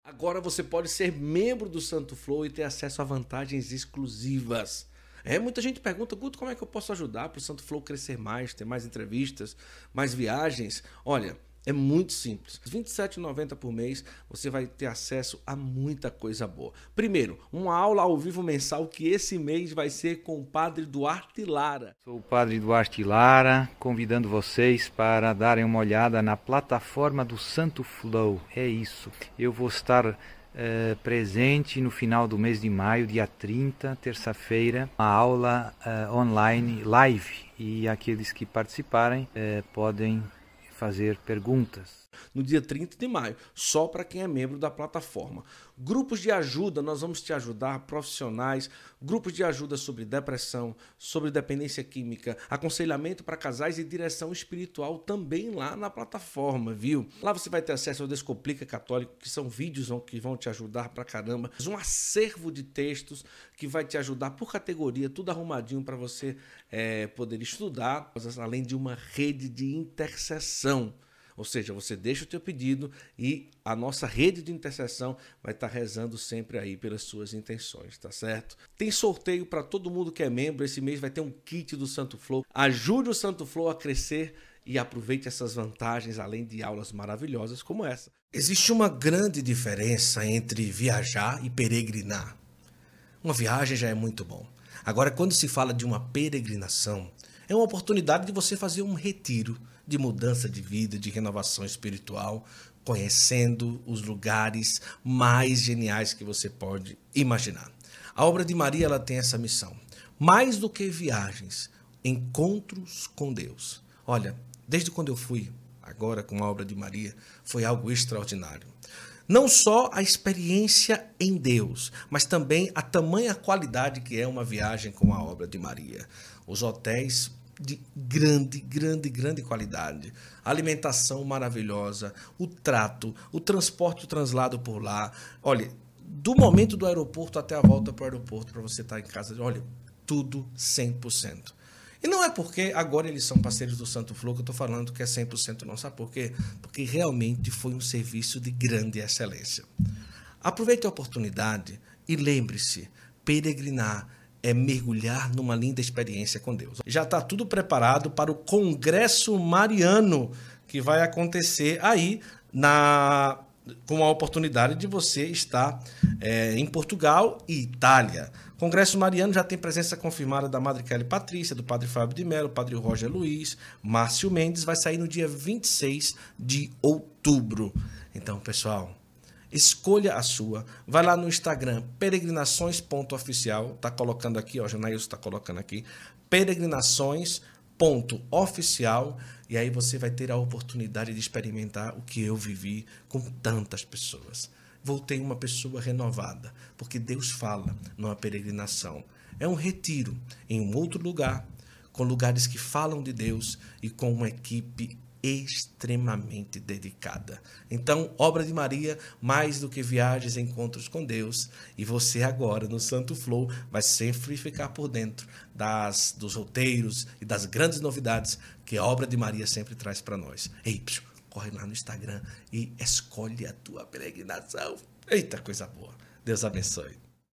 Agora você pode ser membro do Santo Flow e ter acesso a vantagens exclusivas. Muita gente pergunta, Guto, como é que eu posso ajudar para o Santo Flow crescer mais, ter mais entrevistas, mais viagens? Olha, é muito simples. R$ 27,90 por mês você vai ter acesso a muita coisa boa. Primeiro, uma aula ao vivo mensal que esse mês vai ser com o Padre Duarte Lara. Sou o Padre Duarte Lara, convidando vocês para darem uma olhada na plataforma do Santo Flow. É isso. Eu vou estar presente no final do mês de maio, dia 30, terça-feira, uma aula online, live. E aqueles que participarem podem fazer perguntas. No dia 30 de maio, só para quem é membro da plataforma. Grupos de ajuda, nós vamos te ajudar, profissionais, grupos de ajuda sobre depressão, sobre dependência química, aconselhamento para casais e direção espiritual também lá na plataforma, viu? Lá você vai ter acesso ao Descomplica Católico, que são vídeos que vão te ajudar pra caramba, um acervo de textos que vai te ajudar por categoria, tudo arrumadinho para você poder estudar, além de uma rede de intercessão. Ou seja, você deixa o teu pedido e a nossa rede de intercessão vai estar rezando sempre aí pelas suas intenções, tá certo? Tem sorteio para todo mundo que é membro. Esse mês vai ter um kit do Santo Flow. Ajude o Santo Flow a crescer e aproveite essas vantagens, além de aulas maravilhosas como essa. Existe uma grande diferença entre viajar e peregrinar. Uma viagem já é muito bom. Agora, quando se fala de uma peregrinação, é uma oportunidade de você fazer um retiro de mudança de vida, de renovação espiritual, conhecendo os lugares mais geniais que você pode imaginar. A obra de Maria ela tem essa missão. Mais do que viagens, encontros com Deus. Olha, desde quando eu fui agora com a obra de Maria, foi algo extraordinário. Não só a experiência em Deus, mas também a tamanha qualidade que é uma viagem com a obra de Maria. Os hotéis de grande qualidade, alimentação maravilhosa, o trato, o transporte, o translado por lá. Olha, do momento do aeroporto até a volta para o aeroporto, para você estar em casa, olha, tudo 100%. E não é porque agora eles são parceiros do Santo Flow que eu estou falando que é 100% não. Sabe por quê? Porque realmente foi um serviço de grande excelência. Aproveite a oportunidade e lembre-se, peregrinar é mergulhar numa linda experiência com Deus. Já está tudo preparado para o Congresso Mariano, que vai acontecer aí com a oportunidade de você estar em Portugal e Itália. O Congresso Mariano já tem presença confirmada da Madre Kelly Patrícia, do Padre Fábio de Mello, Padre Roger Luiz, Márcio Mendes, vai sair no dia 26 de outubro. Então, pessoal, escolha a sua. Vai lá no Instagram, peregrinações.oficial. Tá colocando aqui, ó, Janaílson está colocando aqui, peregrinações.oficial. E aí você vai ter a oportunidade de experimentar o que eu vivi com tantas pessoas. Voltei uma pessoa renovada, porque Deus fala numa peregrinação. É um retiro em um outro lugar, com lugares que falam de Deus e com uma equipe extremamente dedicada. Então, obra de Maria, mais do que viagens, encontros com Deus. E você agora, no Santo Flow, vai sempre ficar por dentro dos roteiros e das grandes novidades que a obra de Maria sempre traz para nós. Ei, corre lá no Instagram e escolhe a tua peregrinação. Eita, coisa boa. Deus abençoe.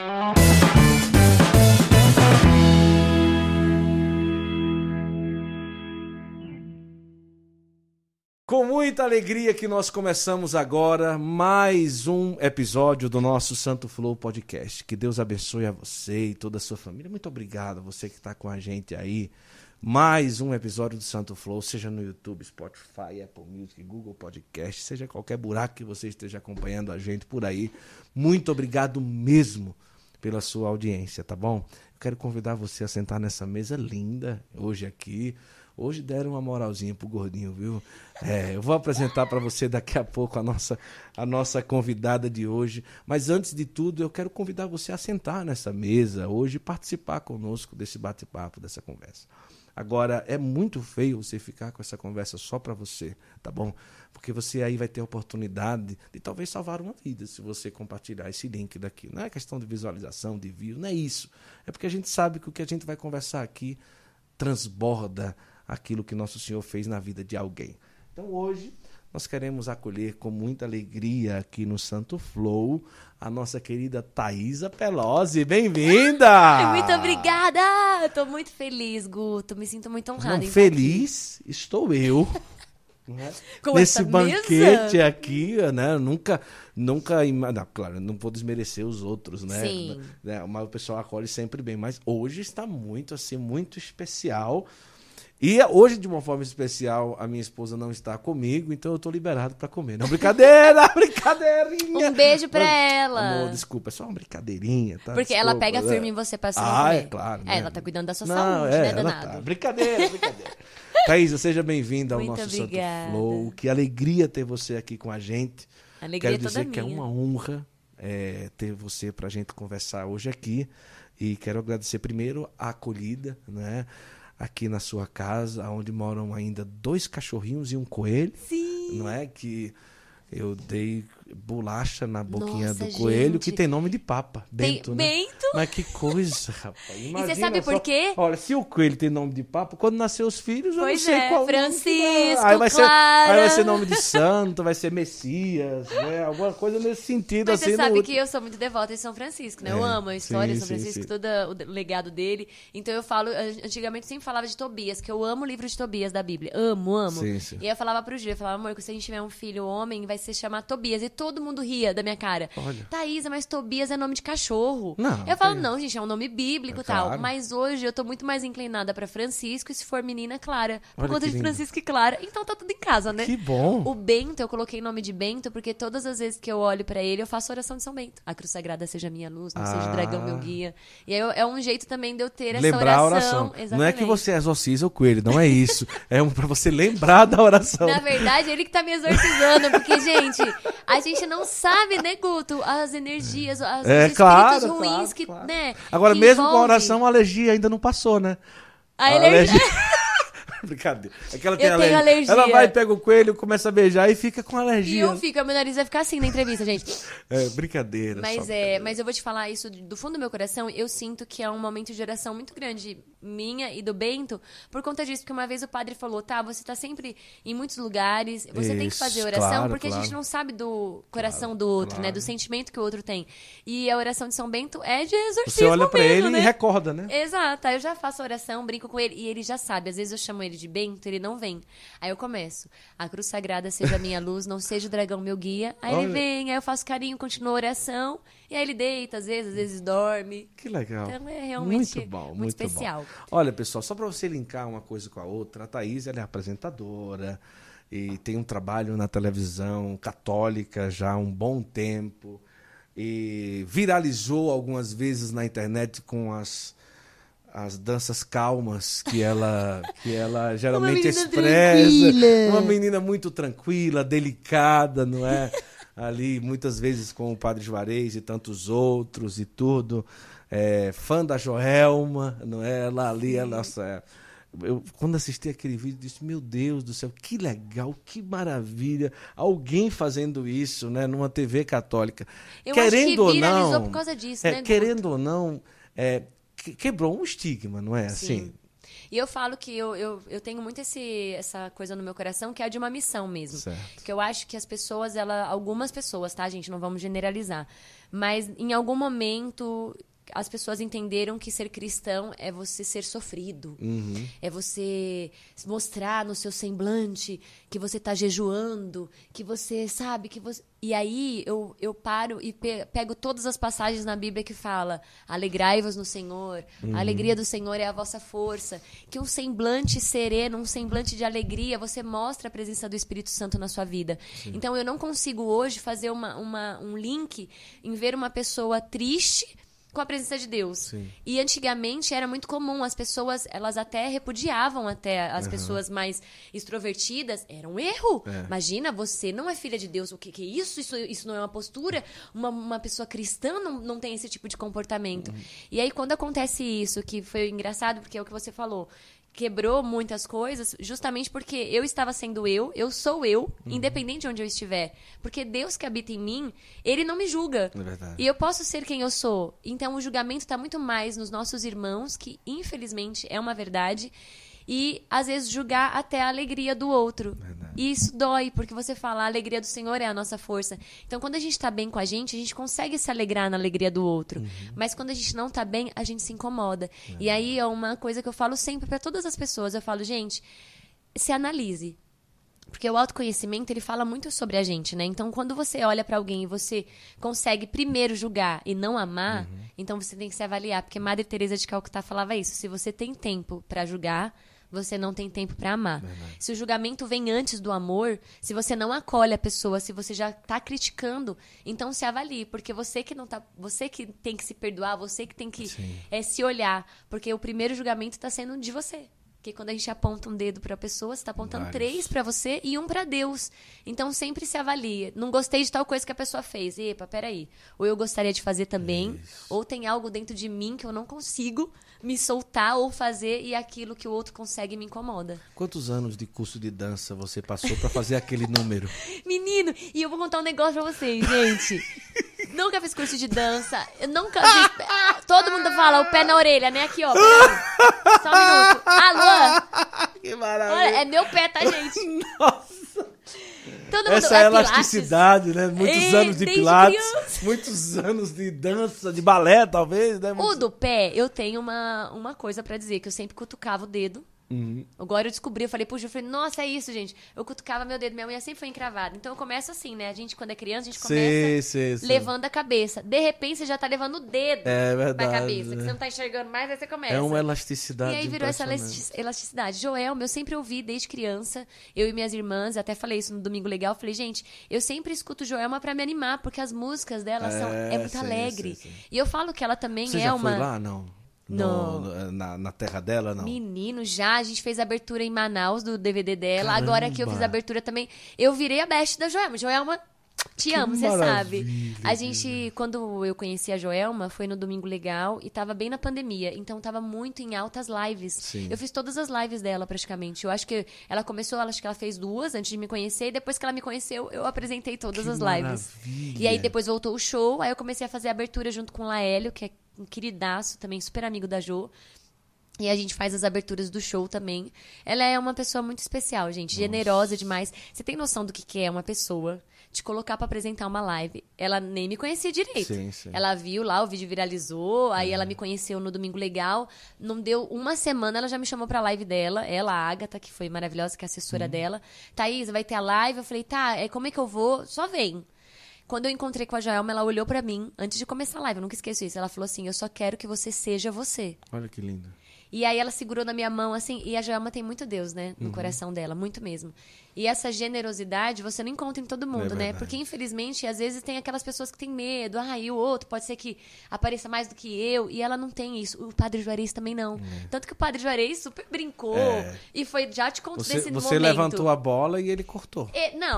Com muita alegria que nós começamos agora mais um episódio do nosso Santo Flow Podcast. Que Deus abençoe a você e toda a sua família. Muito obrigado a você que está com a gente aí. Mais um episódio do Santo Flow, seja no YouTube, Spotify, Apple Music, Google Podcast, seja qualquer buraco que você esteja acompanhando a gente por aí. Muito obrigado mesmo pela sua audiência, tá bom? Eu quero convidar você a sentar nessa mesa linda hoje aqui. Hoje deram uma moralzinha pro gordinho, viu? Eu vou apresentar para você daqui a pouco a nossa convidada de hoje. Mas antes de tudo, eu quero convidar você a sentar nessa mesa hoje e participar conosco desse bate-papo, dessa conversa. Agora, é muito feio você ficar com essa conversa só para você, tá bom? Porque você aí vai ter a oportunidade de talvez salvar uma vida se você compartilhar esse link daqui. Não é questão de visualização, de view, não é isso. É porque a gente sabe que o que a gente vai conversar aqui transborda aquilo que Nosso Senhor fez na vida de alguém. Então hoje nós queremos acolher com muita alegria aqui no Santo Flow a nossa querida Thaisa Pelosi. Bem-vinda! Muito obrigada! Estou muito feliz, Guto. Me sinto muito honrada. Não, feliz estou eu. Né? Nesse banquete aqui, né? Nunca não, claro, não vou desmerecer os outros, né? Sim. Mas o pessoal acolhe sempre bem. Mas hoje está muito, assim, muito especial. E hoje, de uma forma especial, a minha esposa não está comigo, então eu tô liberado para comer. Não, brincadeira, brincadeirinha. Um beijo pra ela. Amor, desculpa, é só uma brincadeirinha, tá? Porque desculpa, ela pega firme em você pra comer. é claro. Né? Ela tá cuidando da sua saúde, né, danado? Tá. Brincadeira. Thaisa, seja bem-vinda ao Muito nosso obrigada. Santo Flow. Que alegria ter você aqui com a gente. Alegria Quero dizer toda que minha. é uma honra ter você pra gente conversar hoje aqui. E quero agradecer primeiro a acolhida, né? Aqui na sua casa, onde moram ainda 2 cachorrinhos e um coelho. Sim. Não é? Que eu dei bolacha na boquinha Nossa, do coelho, gente. que tem nome de Papa. Bento, né? Bento? Mas que coisa, rapaz. E você sabe por quê? Olha, se o coelho tem nome de Papa, quando nascer os filhos, eu Pois não sei é, qual nome que Francisco, vai. Aí vai Clara. ser nome de santo, vai ser Messias, né? Alguma coisa nesse sentido. Mas assim, você sabe no que eu sou muito devota em São Francisco, né? Eu É, amo a história de sim, São sim, Francisco, sim. todo o legado dele. Então eu falo, antigamente eu sempre falava de Tobias, que eu amo o livro de Tobias da Bíblia. Amo. Sim, sim. E aí eu falava pro Gil, eu falava, amor, que se a gente tiver um filho homem, vai se chamar Tobias. E todo mundo ria da minha cara. Olha. Thaisa, mas Tobias é nome de cachorro. Não, Eu falo, tem- não, gente, é um nome bíblico e É tal. claro. Mas hoje eu tô muito mais inclinada pra Francisco e se for menina, Clara. Por Olha conta que de lindo. Francisco e Clara. Então tá tudo em casa, né? Que bom. O Bento, eu coloquei nome de Bento porque todas as vezes que eu olho pra ele, eu faço oração de São Bento. A cruz sagrada seja minha luz, não seja o dragão meu guia. E aí é um jeito também de eu ter essa Lembrar oração. a oração. Exatamente. Não é que você exorciza o coelho, não é isso. É pra você lembrar da oração. Na verdade, ele que tá me exorcizando, porque, gente, a gente não sabe, né, Guto, as energias, os espíritos claro, ruins que, claro. né? Agora, que mesmo com a envolve. oração, a alergia ainda não passou, né? A alergia. Brincadeira. É que ela tem Eu tenho alergia. Ela vai, pega o coelho, começa a beijar e fica com E alergia. eu fico, meu nariz vai ficar assim na entrevista, gente. É, brincadeira. Mas, só brincadeira. mas eu vou te falar isso do fundo do meu coração. Eu sinto que é um momento de oração muito grande minha e do Bento por conta disso. Porque uma vez o padre falou, tá, você tá sempre em muitos lugares, você tem que Isso, fazer oração, claro, porque a claro. gente não sabe do coração do outro, né? claro. Do sentimento que o outro tem. E a oração de São Bento é de exorcismo Você olha pra mesmo, ele né? e recorda, né? Exato, aí eu já faço oração, brinco com ele e ele já sabe. Às vezes eu chamo ele de Bento, ele não vem. Aí eu começo. A cruz sagrada seja a minha luz, não seja o dragão meu guia. Aí ele Olha. vem, aí eu faço carinho, continuo a oração. E aí ele deita, às vezes dorme. Que legal. Então é realmente muito bom, muito especial. Bom. Olha, pessoal, só para você linkar uma coisa com a outra, a Thaisa, ela é apresentadora e tem um trabalho na televisão católica já há um bom tempo e viralizou algumas vezes na internet com as danças calmas que ela geralmente menina expressa. tranquila. Uma menina muito tranquila, delicada, não é? Ali, muitas vezes com o Padre Juarez e tantos outros e tudo. Fã da Joelma, não é? Ela ali, eu, quando assisti aquele vídeo, disse, meu Deus do céu, que legal, que maravilha. Alguém fazendo isso, né? Numa TV católica. Eu Querendo acho que viralizou ou não, por causa disso, né, Guto? querendo ou não, quebrou um estigma, não é? Sim. Assim, E eu falo que eu tenho muito essa coisa no meu coração que é de uma missão mesmo. Certo. Que eu acho que as pessoas, algumas pessoas, tá, gente? Não vamos generalizar. Mas em algum momento as pessoas entenderam que ser cristão é você ser sofrido. Uhum. É você mostrar no seu semblante que você tá jejuando, que você sabe que você... E aí eu paro e pego todas as passagens na Bíblia que fala alegrai-vos no Senhor, a alegria do Senhor é a vossa força. Que um semblante sereno, um semblante de alegria, você mostra a presença do Espírito Santo na sua vida. Sim. Então eu não consigo hoje fazer um link em ver uma pessoa triste com a presença de Deus. Sim. E antigamente era muito comum, as pessoas, elas até repudiavam até as pessoas mais extrovertidas. Era um erro. Imagina, você não é filha de Deus. O que é isso? Isso não é uma postura? Uma pessoa cristã não tem esse tipo de comportamento. E aí, quando acontece isso, que foi engraçado, porque é o que você falou, quebrou muitas coisas, justamente porque eu estava sendo eu sou eu, independente de onde eu estiver. Porque Deus que habita em mim, Ele não me julga. É verdade. E eu posso ser quem eu sou. Então, o julgamento está muito mais nos nossos irmãos, que infelizmente é uma verdade. e, às vezes, julgar até a alegria do outro. Verdade. E isso dói, porque você fala, a alegria do Senhor é a nossa força. Então, quando a gente tá bem com a gente consegue se alegrar na alegria do outro. Mas quando a gente não tá bem, a gente se incomoda. E aí é uma coisa que eu falo sempre para todas as pessoas. Eu falo, gente, se analise. Porque o autoconhecimento, ele fala muito sobre a gente, né? Então, quando você olha pra alguém e você consegue primeiro julgar e não amar, então você tem que se avaliar. Porque Madre Teresa de Calcutá falava isso. Se você tem tempo pra julgar, você não tem tempo pra amar. Verdade. Se o julgamento vem antes do amor, se você não acolhe a pessoa, se você já tá criticando, então se avalie. Porque você que não tá, você que tem que se perdoar, você que tem que se olhar. Porque o primeiro julgamento tá sendo de você. Porque quando a gente aponta um dedo pra pessoa, você tá apontando 3 pra você e 1 pra Deus. Então, sempre se avalia. Não gostei de tal coisa que a pessoa fez. Epa, peraí. Ou eu gostaria de fazer também, ou tem algo dentro de mim que eu não consigo me soltar ou fazer e aquilo que o outro consegue me incomoda. Quantos anos de curso de dança você passou pra fazer aquele número? Menino, e eu vou contar um negócio pra vocês, gente. Nunca fiz curso de dança. Eu nunca fiz... Todo mundo fala o pé na orelha, né? Aqui, ó. Peraí. Só um minuto. Alô? Que maravilha. Olha, é meu pé, tá, gente? Nossa. Todo mundo... Essa é a elasticidade, né? Muitos anos de desde pilates, criança. muitos anos de dança, de balé, talvez, né? O do pé, eu tenho uma coisa pra dizer, que eu sempre cutucava o dedo. Agora eu descobri, eu falei pro Ju, eu falei, nossa, é isso, gente. Eu cutucava meu dedo, minha unha sempre foi encravada. Então eu começo assim, né? A gente, quando é criança, a gente começa levando a cabeça. De repente, você já tá levando o dedo pra cabeça, que você não tá enxergando mais, aí você começa. É uma elasticidade. E aí virou essa elasticidade. Joelma, eu sempre ouvi desde criança, eu e minhas irmãs, até falei isso no Domingo Legal, eu falei, gente, eu sempre escuto Joelma pra me animar, porque as músicas dela é muito alegre. E eu falo que ela também você é já uma... foi lá? Não. Na terra dela, não? Menino, já. A gente fez a abertura em Manaus do DVD dela. Caramba. Agora que eu fiz a abertura também, eu virei a best da Joelma. Joelma, te amo, você sabe. A gente, quando eu conheci a Joelma, foi no Domingo Legal e tava bem na pandemia. Então tava muito em altas lives. Sim. Eu fiz todas as lives dela, praticamente. Eu acho que ela começou, acho que ela fez 2 antes de me conhecer. E depois que ela me conheceu, eu apresentei todas as lives. Maravilha. E aí depois voltou o show. Aí eu comecei a fazer a abertura junto com o Laélio, que é um queridaço, também super amigo da Jo. E a gente faz as aberturas do show também. Ela é uma pessoa muito especial, gente. Generosa demais. Você tem noção do que é uma pessoa te colocar pra apresentar uma live? Ela nem me conhecia direito. Sim, sim. Ela viu lá, o vídeo viralizou. Aí ela me conheceu no Domingo Legal. Não deu uma semana, ela já me chamou pra live dela. Ela, a Agatha, que foi maravilhosa, que é a assessora dela. Thaís, vai ter a live? Eu falei, tá, como é que eu vou? Só vem. Quando eu encontrei com a Joelma, ela olhou pra mim, antes de começar a live, eu nunca esqueço isso. Ela falou assim, eu só quero que você seja você. Olha que lindo. E aí ela segurou na minha mão, assim, e a Joelma tem muito Deus, né, no coração dela, muito mesmo. E essa generosidade você não encontra em todo mundo, né? Porque, infelizmente, às vezes tem aquelas pessoas que têm medo, e o outro pode ser que apareça mais do que eu, e ela não tem isso. O Padre Juarez também não. Tanto que o Padre Juarez super brincou, e foi, já te conto desse momento. Você levantou a bola e ele cortou.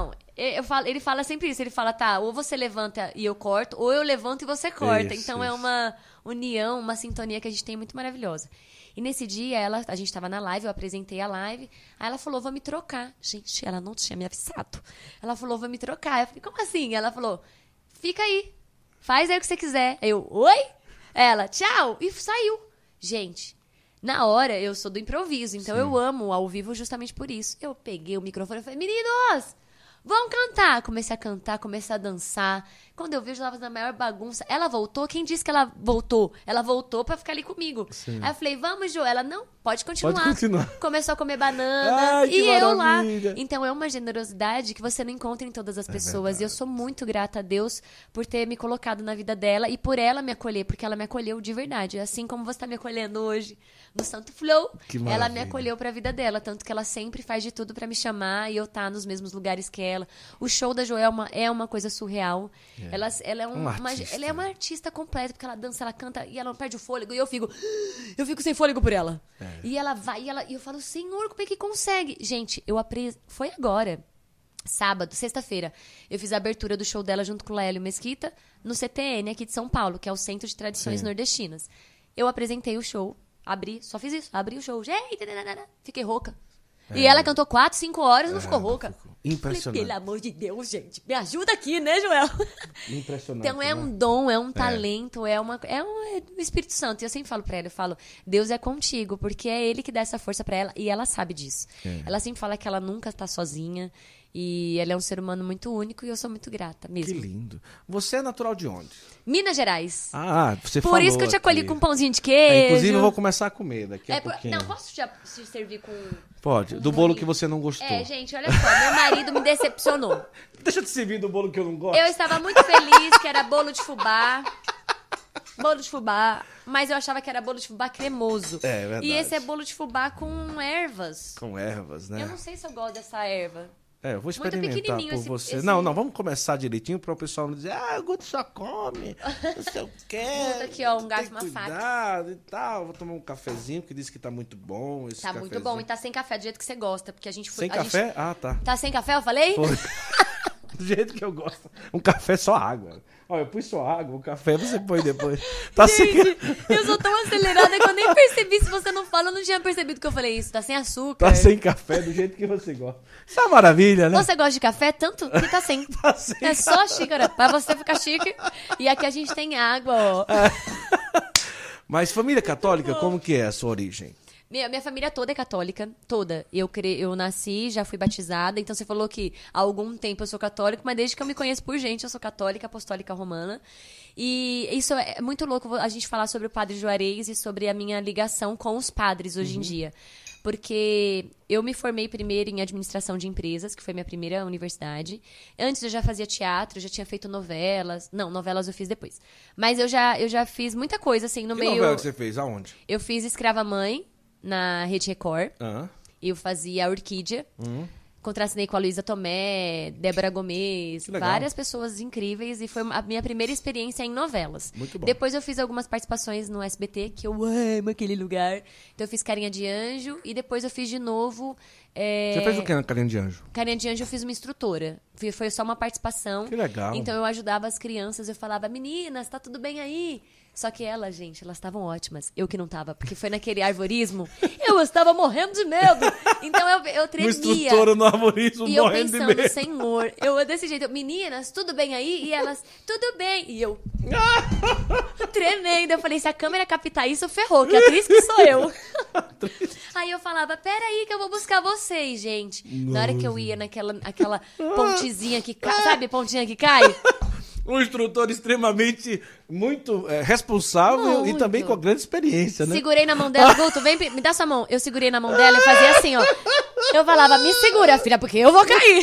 Ele fala sempre isso, ele fala, tá, ou você levanta e eu corto, ou eu levanto e você corta. Então é uma união, uma sintonia que a gente tem muito maravilhosa. E nesse dia, a gente tava na live, eu apresentei a live, aí ela falou, vou me trocar. Gente, ela não tinha me avisado. Ela falou, vou me trocar. Eu falei, como assim? Ela falou, fica aí, faz aí o que você quiser. Eu, oi? Ela, tchau, e saiu. Gente, na hora, eu sou do improviso, então eu amo ao vivo justamente por isso. Eu peguei o microfone e falei, meninos, vamos cantar. Comecei a cantar, comecei a dançar. Quando eu vejo, ela fazendo a maior bagunça. Ela voltou. Quem disse que ela voltou? Ela voltou pra ficar ali comigo. Sim. Aí eu falei, vamos, Jo. Ela, não, pode continuar. Pode continuar. Começou a comer banana. Ai, que eu maravilha. lá. Então é uma generosidade que você não encontra em todas as pessoas. E eu sou muito grata a Deus por ter me colocado na vida dela e por ela me acolher. Porque ela me acolheu de verdade. Assim como você tá me acolhendo hoje no Santo Flow. Que ela maravilha. me acolheu pra vida dela. Tanto que ela sempre faz de tudo pra me chamar e eu tá nos mesmos lugares que ela. O show da Joelma é uma coisa surreal. Ela é ela é uma artista completa, porque ela dança, ela canta e ela não perde o fôlego. E eu fico sem fôlego por ela. E ela vai, e eu falo, Senhor, como é que consegue? Gente, foi agora, sábado, sexta-feira, eu fiz a abertura do show dela junto com o Laélio Mesquita, no CTN aqui de São Paulo, que é o Centro de Tradições Nordestinas. Eu apresentei o show, só fiz isso, abri o show, fiquei rouca. E ela cantou 4, 5 horas e não ficou rouca. Impressionante. Falei, pelo amor de Deus, gente, me ajuda aqui, né, Joel? Impressionante. Então é um dom, é um talento, é um Espírito Santo. E eu sempre falo pra ela, eu falo, Deus é contigo, porque é Ele que dá essa força pra ela e ela sabe disso. Ela sempre fala que ela nunca tá sozinha e ela é um ser humano muito único e eu sou muito grata mesmo. Que lindo. Você é natural de onde? Minas Gerais. Você falou Por isso que eu te acolhi aqui. com um pãozinho de queijo. Inclusive eu vou começar a comer daqui a pouquinho. Não, posso já te servir com... Pode. com Do bolo bolinho? que você não gostou. Gente, olha só, meu marido me decepcionou. Deixa eu te servir do bolo que eu não gosto. Eu estava muito feliz que era bolo de fubá. Bolo de fubá. Mas eu achava que era bolo de fubá cremoso. É verdade. E esse é bolo de fubá com ervas. Com ervas, né? Eu não sei se eu gosto dessa erva. Eu vou experimentar pequenininho por esse- você. esse- Não, vamos começar direitinho para o pessoal não dizer, o Guto só come, não sei o quê. Bota aqui, ó, um gato, tem uma faca. cuidado e tal. Vou tomar um cafezinho, que disse que tá muito bom esse Tá muito cafezinho. bom. E tá sem café, do jeito que você gosta. Porque a gente foi. Sem café? Ah, tá. Tá sem café, eu falei? Foi. Do jeito que eu gosto. Um café só água. Olha, eu pus só água, o café você põe depois. Tá sem... Gente, eu sou tão acelerada que eu nem percebi. Se você não fala, eu não tinha percebido que eu falei isso. Tá sem açúcar. Tá sem café do jeito que você gosta. Isso é uma maravilha, né? Você gosta de café? Tanto que tá sem. Tá sem É só xícara, pra você ficar chique. E aqui a gente tem água, ó. Mas família católica, como que é a sua origem? Minha família toda é católica, toda. Eu nasci, já fui batizada, então você falou que há algum tempo eu sou católica, mas desde que eu me conheço por gente, eu sou católica, apostólica romana. E isso é muito louco a gente falar sobre o Padre Juarez e sobre a minha ligação com os padres hoje em dia. Porque eu me formei primeiro em administração de empresas, que foi minha primeira universidade. Antes eu já fazia teatro, já tinha feito novelas. Não, novelas eu fiz depois. Mas eu já fiz muita coisa, assim, no Que meio... novela que você fez? Aonde? Eu fiz Escrava Mãe, na Rede Record. Ah. Eu fazia a Orquídea. Contracenei com a Luísa Tomé, Débora Gomes, Que legal. várias pessoas incríveis. E foi a minha primeira experiência em novelas. Muito bom. Depois eu fiz algumas participações no SBT, que eu amo aquele lugar. Então eu fiz Carinha de Anjo. E depois eu fiz de novo... Você fez o que na Carinha de Anjo? Carinha de Anjo eu fiz uma instrutora. Foi só uma participação. Que legal. Então eu ajudava as crianças, eu falava, meninas, tá tudo bem aí? Só que elas, gente, elas estavam ótimas. Eu que não tava, porque foi naquele arvorismo. Eu estava morrendo de medo. Então eu tremia. Instrutora no arborismo, E eu morrendo de pensando, medo. Senhor, eu desse jeito, meninas, tudo bem aí? E elas, tudo bem. E eu, tremendo. Eu falei, se a câmera captar isso, ferrou, que atriz que sou eu. Aí eu falava, peraí que eu vou buscar vocês, gente. Na hora que eu ia aquela pontezinha que cai, sabe, pontinha que cai? Um instrutor extremamente muito responsável e Muito. também com grande experiência, né? Segurei na mão dela, Guto, vem, me dá sua mão. Eu segurei na mão dela e fazia assim, ó. Eu falava, me segura, filha, porque eu vou cair.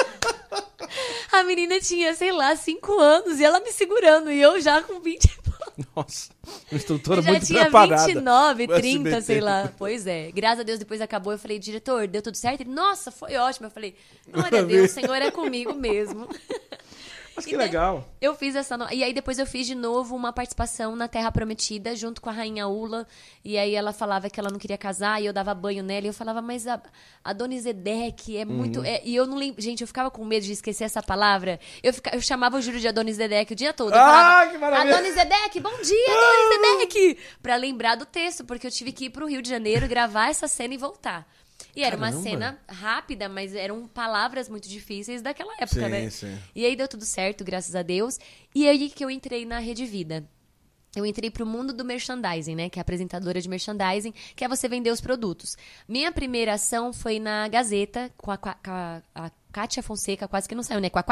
A menina tinha, sei lá, 5 anos e ela me segurando e eu já com 20 e pouco. Nossa, uma instrutora Eu já muito tinha preparada. 29, O 30, SBT. sei lá. Pois é. Graças a Deus, depois acabou. Eu falei, diretor, deu tudo certo? Ele, nossa, foi ótimo. Eu falei, glória a Deus, o Senhor é comigo mesmo. Mas que E daí, legal. Eu fiz essa... E aí depois eu fiz de novo uma participação na Terra Prometida, junto com a Rainha Ula. E aí ela falava que ela não queria casar, e eu dava banho nela. E eu falava, mas a Dona Zedeck é muito... e eu não lembro... Gente, eu ficava com medo de esquecer essa palavra. Eu chamava o Júlio de Dona Zedeck o dia todo. Eu falava, que maravilha. Dona Zedeck, bom dia, Dona Zedeck! Pra lembrar do texto, porque eu tive que ir pro Rio de Janeiro, gravar essa cena e voltar. E era uma Caramba. cena rápida, mas eram palavras muito difíceis daquela época, Sim, né? sim. E aí deu tudo certo, graças a Deus. E aí que eu entrei na Rede Vida. Eu entrei pro mundo do merchandising, né? Que é apresentadora de merchandising, que é você vender os produtos. Minha primeira ação foi na Gazeta, com a Kátia Fonseca, quase que não saiu, né? Com a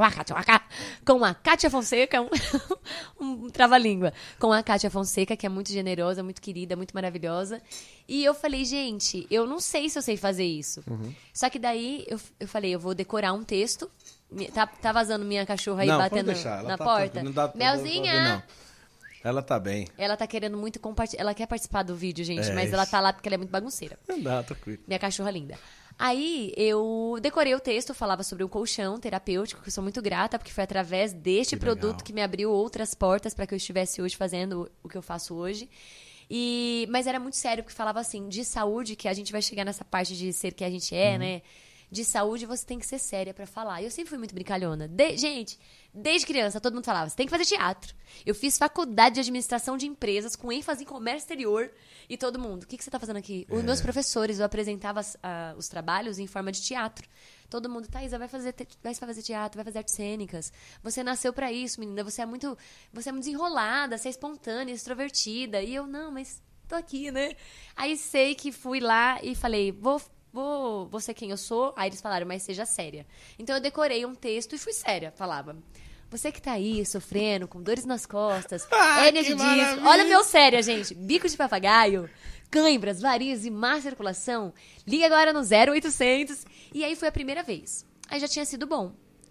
Kátia Fonseca, um trava-língua. Com a Kátia Fonseca, que é muito generosa, muito querida, muito maravilhosa. E eu falei, gente, eu não sei se eu sei fazer isso. Só que daí eu falei, eu vou decorar um texto. Tá vazando minha cachorra aí Não, pode batendo deixar, ela na tá porta? tranquila, não dá- Melzinha! não dá pra ver, não. Ela tá bem. Ela tá querendo muito compartilhar. Ela quer participar do vídeo, gente, mas isso. ela tá lá porque ela é muito bagunceira. Não dá, tranquilo. Minha cachorra linda. Aí eu decorei o texto, falava sobre um colchão terapêutico, que eu sou muito grata, porque foi através deste Que produto legal. que me abriu outras portas para que eu estivesse hoje fazendo o que eu faço hoje. Mas era muito sério, porque falava assim, de saúde, que a gente vai chegar nessa parte de ser que a gente é, né? de saúde, você tem que ser séria pra falar. E eu sempre fui muito brincalhona. Gente, desde criança, todo mundo falava, você tem que fazer teatro. Eu fiz faculdade de administração de empresas com ênfase em comércio exterior. E todo mundo, o que você tá fazendo aqui? Os meus professores, eu apresentava os trabalhos em forma de teatro. Todo mundo, Thaisa, vai fazer teatro, vai fazer artes cênicas. Você nasceu pra isso, menina. Você é muito desenrolada, você é espontânea, extrovertida. E eu, não, mas tô aqui, né? Aí sei que fui lá e falei, vou ser quem eu sou. Aí eles falaram, mas seja séria. Então eu decorei um texto e fui séria. Falava, você que tá aí sofrendo, com dores nas costas, hérnia de disco. Olha meu séria, gente. Bico de papagaio, cãibras, varizes e má circulação. Liga agora no 0800. E aí foi a primeira vez. Aí já tinha sido bom.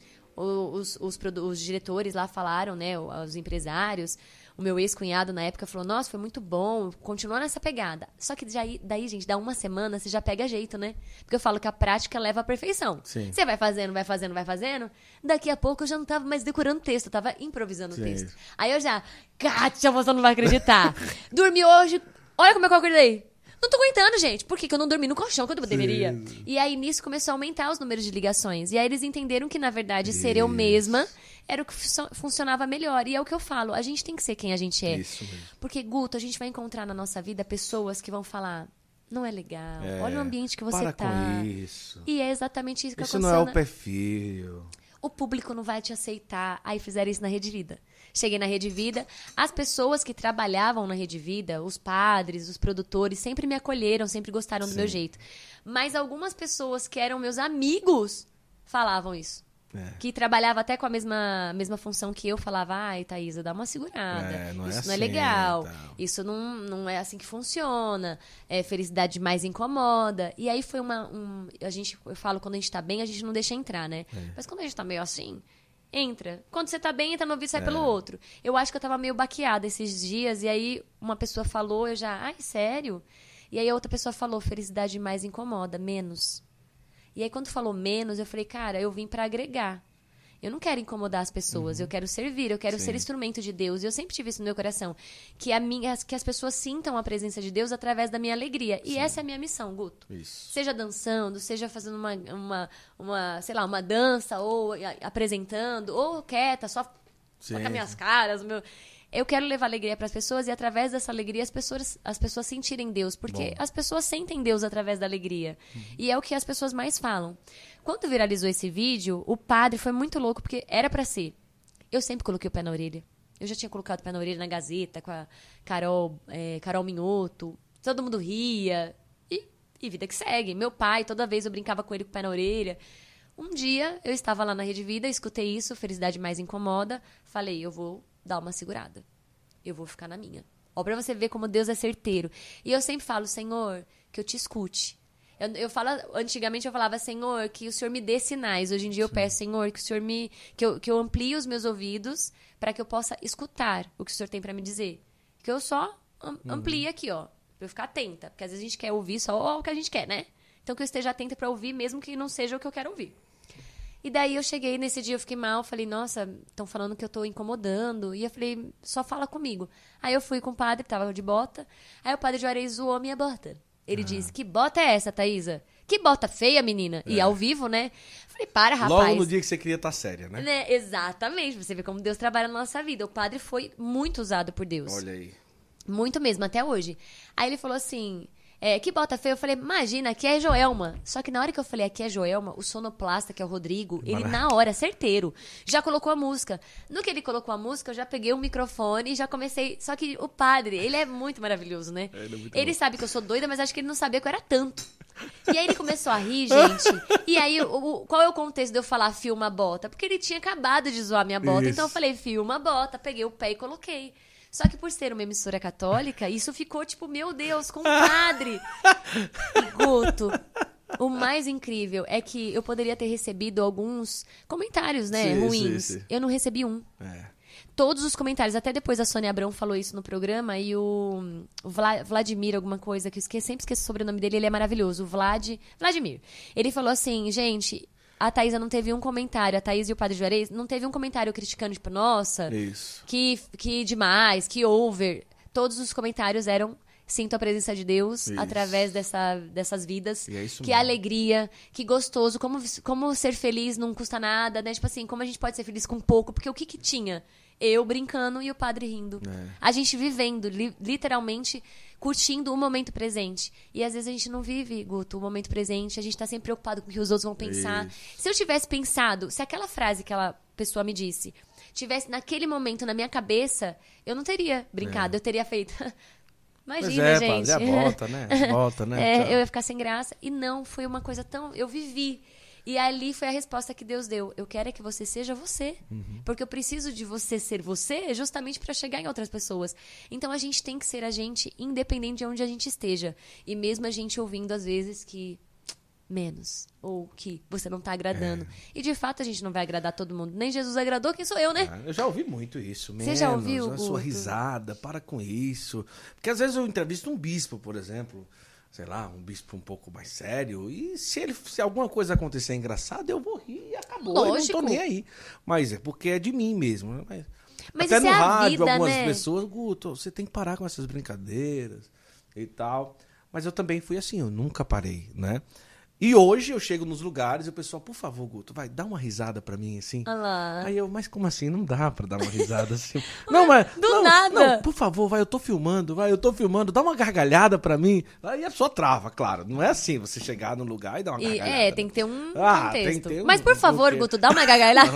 Os diretores lá falaram, né? Os empresários. O meu ex-cunhado, na época, falou, nossa, foi muito bom, continua nessa pegada. Só que daí, gente, dá uma semana, você já pega jeito, né? Porque eu falo que a prática leva à perfeição. Sim. Você vai fazendo. Daqui a pouco eu já não tava mais decorando texto, eu tava improvisando o texto. Aí eu já, Kátia, você não vai acreditar. Dormi hoje, olha como é que eu acordei. Não tô aguentando, gente. Por que eu não dormi no colchão quando eu deveria? E aí, nisso, começou a aumentar os números de ligações. E aí, eles entenderam que, na verdade, ser eu mesma era o que funcionava melhor. E é o que eu falo. A gente tem que ser quem a gente é. Isso mesmo. Porque, Guto, a gente vai encontrar na nossa vida pessoas que vão falar, não é legal. Olha o ambiente que você tá. Com isso. E é exatamente isso que Isso aconteceu. não é o perfil. O público não vai te aceitar. Aí fizeram isso na Rede Vida. Cheguei na Rede Vida, as pessoas que trabalhavam na Rede Vida, os padres, os produtores, sempre me acolheram, sempre gostaram do meu jeito. Mas algumas pessoas que eram meus amigos falavam isso. Que trabalhava até com a mesma função que eu, falava, ai, Thaisa, dá uma segurada, isso não é legal, isso não é assim que funciona, felicidade demais incomoda. E aí foi eu falo, quando a gente tá bem, a gente não deixa entrar, né? Mas quando a gente tá meio assim, entra. Quando você tá bem, entra no ouvido e sai pelo outro. Eu acho que eu tava meio baqueada esses dias, e aí uma pessoa falou, eu já, ai, sério? E aí a outra pessoa falou, felicidade demais incomoda, menos. E aí, quando falou menos, eu falei, cara, eu vim pra agregar. Eu não quero incomodar as pessoas, eu quero servir, eu quero ser instrumento de Deus. E eu sempre tive isso no meu coração. Que as pessoas sintam a presença de Deus através da minha alegria. E essa é a minha missão, Guto. Isso. Seja dançando, seja fazendo sei lá, uma dança, ou apresentando, ou quieta, só com as minhas caras, Eu quero levar alegria para as pessoas e, através dessa alegria, as pessoas sentirem Deus. Porque as pessoas sentem Deus através da alegria. E é o que as pessoas mais falam. Quando viralizou esse vídeo, o padre foi muito louco, porque era para ser. Eu sempre coloquei o pé na orelha. Eu já tinha colocado o pé na orelha na Gazeta, com a Carol Minhoto. Todo mundo ria. E vida que segue. Meu pai, toda vez eu brincava com ele com o pé na orelha. Um dia, eu estava lá na Rede Vida, escutei isso, felicidade mais incomoda. Falei, eu vou dar uma segurada. Eu vou ficar na minha. Ó, pra você ver como Deus é certeiro. E eu sempre falo, Senhor, que eu te escute. Antigamente eu falava, Senhor, que o Senhor me dê sinais. Hoje em dia eu peço, Senhor, que o Senhor que eu amplie os meus ouvidos para que eu possa escutar o que o Senhor tem para me dizer. Que eu só amplie aqui, ó, pra eu ficar atenta. Porque às vezes a gente quer ouvir só o que a gente quer, né? Então que eu esteja atenta para ouvir, mesmo que não seja o que eu quero ouvir. E daí eu cheguei, nesse dia eu fiquei mal, falei, nossa, estão falando que eu tô incomodando. E eu falei, só fala comigo. Aí eu fui com o padre, tava de bota. Aí o padre Juarez zoou minha bota. Ele disse, que bota é essa, Thaisa? Que bota feia, menina. E ao vivo, né? Falei, para, rapaz. Logo no dia que você queria estar séria, né? Exatamente. Você vê como Deus trabalha na nossa vida. O padre foi muito usado por Deus. Olha aí. Muito mesmo, até hoje. Aí ele falou assim... que bota feia? Eu falei, imagina, aqui é Joelma. Só que na hora que eu falei, aqui é Joelma, o sonoplasta, que é o Rodrigo, ele na hora, certeiro, já colocou a música. No que ele colocou a música, eu já peguei o microfone e já comecei. Só que o padre, ele é muito maravilhoso, né? Ele sabe que eu sou doida, mas acho que ele não sabia que eu era tanto. E aí ele começou a rir, gente. E aí, qual é o contexto de eu falar filma a bota? Porque ele tinha acabado de zoar minha bota. Então eu falei, filma a bota, peguei o pé e coloquei. Só que por ser uma emissora católica, isso ficou tipo, meu Deus, compadre. E Guto, o mais incrível é que eu poderia ter recebido alguns comentários, né, ruins. Sim. Eu não recebi um. Todos os comentários, até depois a Sônia Abrão falou isso no programa, e o Vladimir, alguma coisa, que eu sempre esqueço o sobrenome dele, ele é maravilhoso, o Vladimir. Ele falou assim, gente... A Thaisa não teve um comentário, a Thaisa e o Padre Juarez não teve um comentário criticando, tipo, nossa, que demais, que over. Todos os comentários eram sinto a presença de Deus Isso. através dessas vidas. E é isso Que mesmo. alegria, que gostoso, como ser feliz não custa nada, né? Tipo assim, como a gente pode ser feliz com pouco, porque o que tinha? Eu brincando e o padre rindo. A gente vivendo, literalmente, curtindo o momento presente. E às vezes a gente não vive, Guto, o momento presente, a gente tá sempre preocupado com o que os outros vão pensar. Isso. Se eu tivesse pensado, se aquela frase que aquela pessoa me disse tivesse naquele momento na minha cabeça, eu não teria brincado, eu teria feito... Imagina, gente. Padre, volta, né? Volta, né? Tchau. Eu ia ficar sem graça. E não, foi uma coisa tão... Eu vivi. E ali foi a resposta que Deus deu. Eu quero é que você seja você. Porque eu preciso de você ser você justamente para chegar em outras pessoas. Então a gente tem que ser a gente independente de onde a gente esteja. E mesmo a gente ouvindo às vezes que... menos, ou que você não tá agradando. E de fato a gente não vai agradar todo mundo. Nem Jesus agradou, quem sou eu, né? Eu já ouvi muito isso. Menos, Você já ouviu, a sua Guto? risada, para com isso. Porque às vezes eu entrevisto um bispo, por exemplo, sei lá, um bispo um pouco mais sério, e se alguma coisa acontecer engraçada, eu vou rir e acabou. Lógico. Eu não tô nem aí. Mas é porque é de mim mesmo. Né? Mas até isso no é a rádio, vida, algumas né? pessoas, Guto, você tem que parar com essas brincadeiras e tal. Mas eu também fui assim, eu nunca parei, né? E hoje eu chego nos lugares e o pessoal, por favor, Guto, vai, dá uma risada pra mim, assim. Olha lá. Aí eu, mas como assim? Não dá pra dar uma risada assim. Não, mas... Do nada. Não, por favor, eu tô filmando, dá uma gargalhada pra mim. Aí a pessoa trava, claro. Não é assim, você chegar num lugar e dar uma gargalhada. Tem que ter um tem contexto. que ter Mas por favor, contexto. Guto, dá uma gargalhada.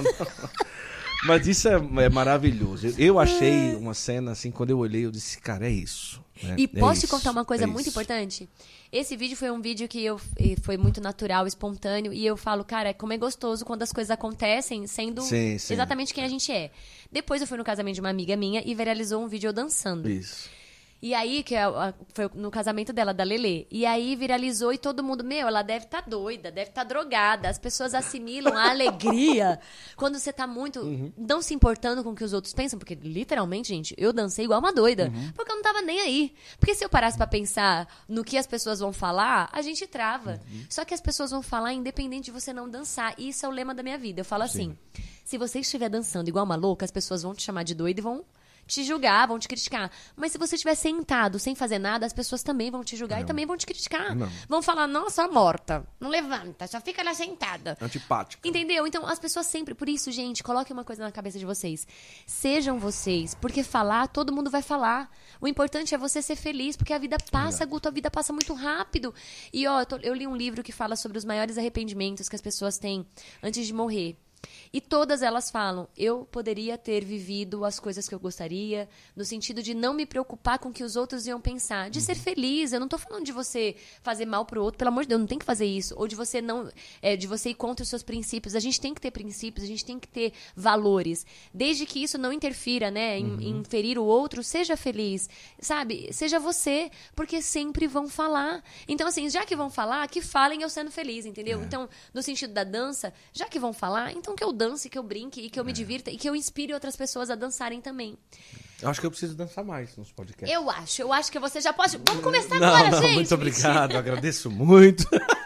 Mas isso é maravilhoso. Eu achei uma cena assim, quando eu olhei, eu disse, cara, é isso. Né? E posso te isso, contar uma coisa é muito isso. importante? Esse vídeo foi um vídeo que foi muito natural, espontâneo, e eu falo, cara, como é gostoso quando as coisas acontecem sendo Sim. exatamente quem a gente é. Depois eu fui no casamento de uma amiga minha e viralizou um vídeo eu dançando. Isso. E aí, foi no casamento dela, da Lelê. E aí viralizou e todo mundo, ela deve estar doida, deve estar drogada. As pessoas assimilam a alegria quando você tá muito não se importando com o que os outros pensam. Porque, literalmente, gente, eu dancei igual uma doida. Porque eu não tava nem aí. Porque se eu parasse pra pensar no que as pessoas vão falar, a gente trava. Só que as pessoas vão falar independente de você não dançar. E isso é o lema da minha vida. Eu falo assim, se você estiver dançando igual uma louca, as pessoas vão te chamar de doida e vão te julgar, vão te criticar. Mas se você estiver sentado, sem fazer nada, as pessoas também vão te julgar e também vão te criticar. Vão falar, nossa, morta, não levanta, só fica lá sentada. Antipática. Entendeu? Então, as pessoas sempre... Por isso, gente, coloquem uma coisa na cabeça de vocês. Sejam vocês, porque falar, todo mundo vai falar. O importante é você ser feliz, porque a vida passa, Guto, a vida passa muito rápido. E, eu li um livro que fala sobre os maiores arrependimentos que as pessoas têm antes de morrer. E todas elas falam, eu poderia ter vivido as coisas que eu gostaria, no sentido de não me preocupar com o que os outros iam pensar, de ser feliz. Eu não tô falando de você fazer mal pro outro, pelo amor de Deus, não tem que fazer isso. Ou de você não, de você ir contra os seus princípios. A gente tem que ter princípios, a gente tem que ter valores. Desde que isso não interfira, né, em ferir o outro, seja feliz, sabe? Seja você, porque sempre vão falar. Então, assim, já que vão falar, que falem eu sendo feliz, entendeu? Então, no sentido da dança, já que vão falar, então que eu dance, que eu brinque e que eu me divirta e que eu inspire outras pessoas a dançarem também. Eu acho que eu preciso dançar mais nos podcasts. Eu acho que você já pode... Vamos começar agora, gente! Muito obrigado, agradeço muito.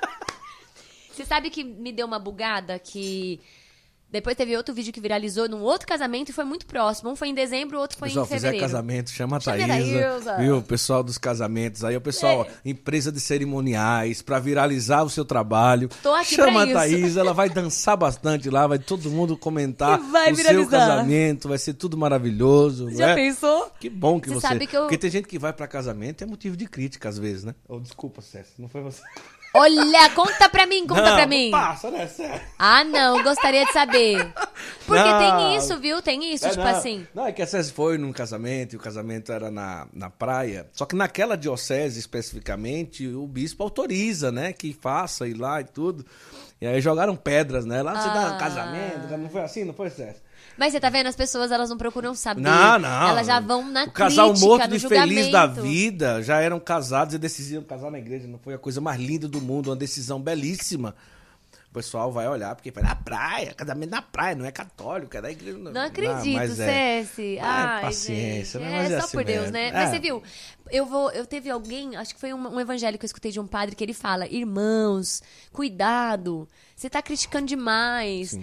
Você sabe que me deu uma bugada que... Depois teve outro vídeo que viralizou num outro casamento e foi muito próximo. Um foi em dezembro, o outro foi Pessoal, em fevereiro. fizer casamento, chama a Chama a Thaísa, Thaísa. viu? O pessoal dos casamentos, aí o pessoal, empresa de cerimoniais, pra viralizar o seu trabalho. Tô aqui chama pra a isso. Thaísa, ela vai dançar bastante lá, vai todo mundo comentar E vai o seu viralizar. casamento, vai ser tudo maravilhoso. Já né? pensou? Que bom que Você você... sabe que eu- Porque tem gente que vai pra casamento e é motivo de crítica às vezes, né? Oh, desculpa, César, não foi você. Olha, conta pra mim, pra mim. Passa, né, César? Ah, não, gostaria de saber. Porque Não. tem isso, viu? Tem isso, tipo não. assim. Não, é que a César foi num casamento e o casamento era na praia. Só que naquela diocese especificamente, o bispo autoriza, né? Que faça ir lá e tudo. E aí jogaram pedras, né? Lá você dá um casamento, não foi assim? Não foi, César? Mas você tá vendo? As pessoas, elas não procuram saber. Não. Elas já vão na O casal crítica, morto no de feliz da julgamento. vida já eram casados e decidiram casar na igreja. Não foi a coisa mais linda do mundo, uma decisão belíssima. O pessoal vai olhar, porque foi na praia, casamento na praia, não é católico, é da igreja. Não acredito, mas Cessi. Ai, paciência, gente. né? Mas é só assim por Deus, mesmo. né? É. Mas você viu, Eu teve alguém, acho que foi um evangelho que eu escutei de um padre, que ele fala: irmãos, cuidado, você tá criticando demais,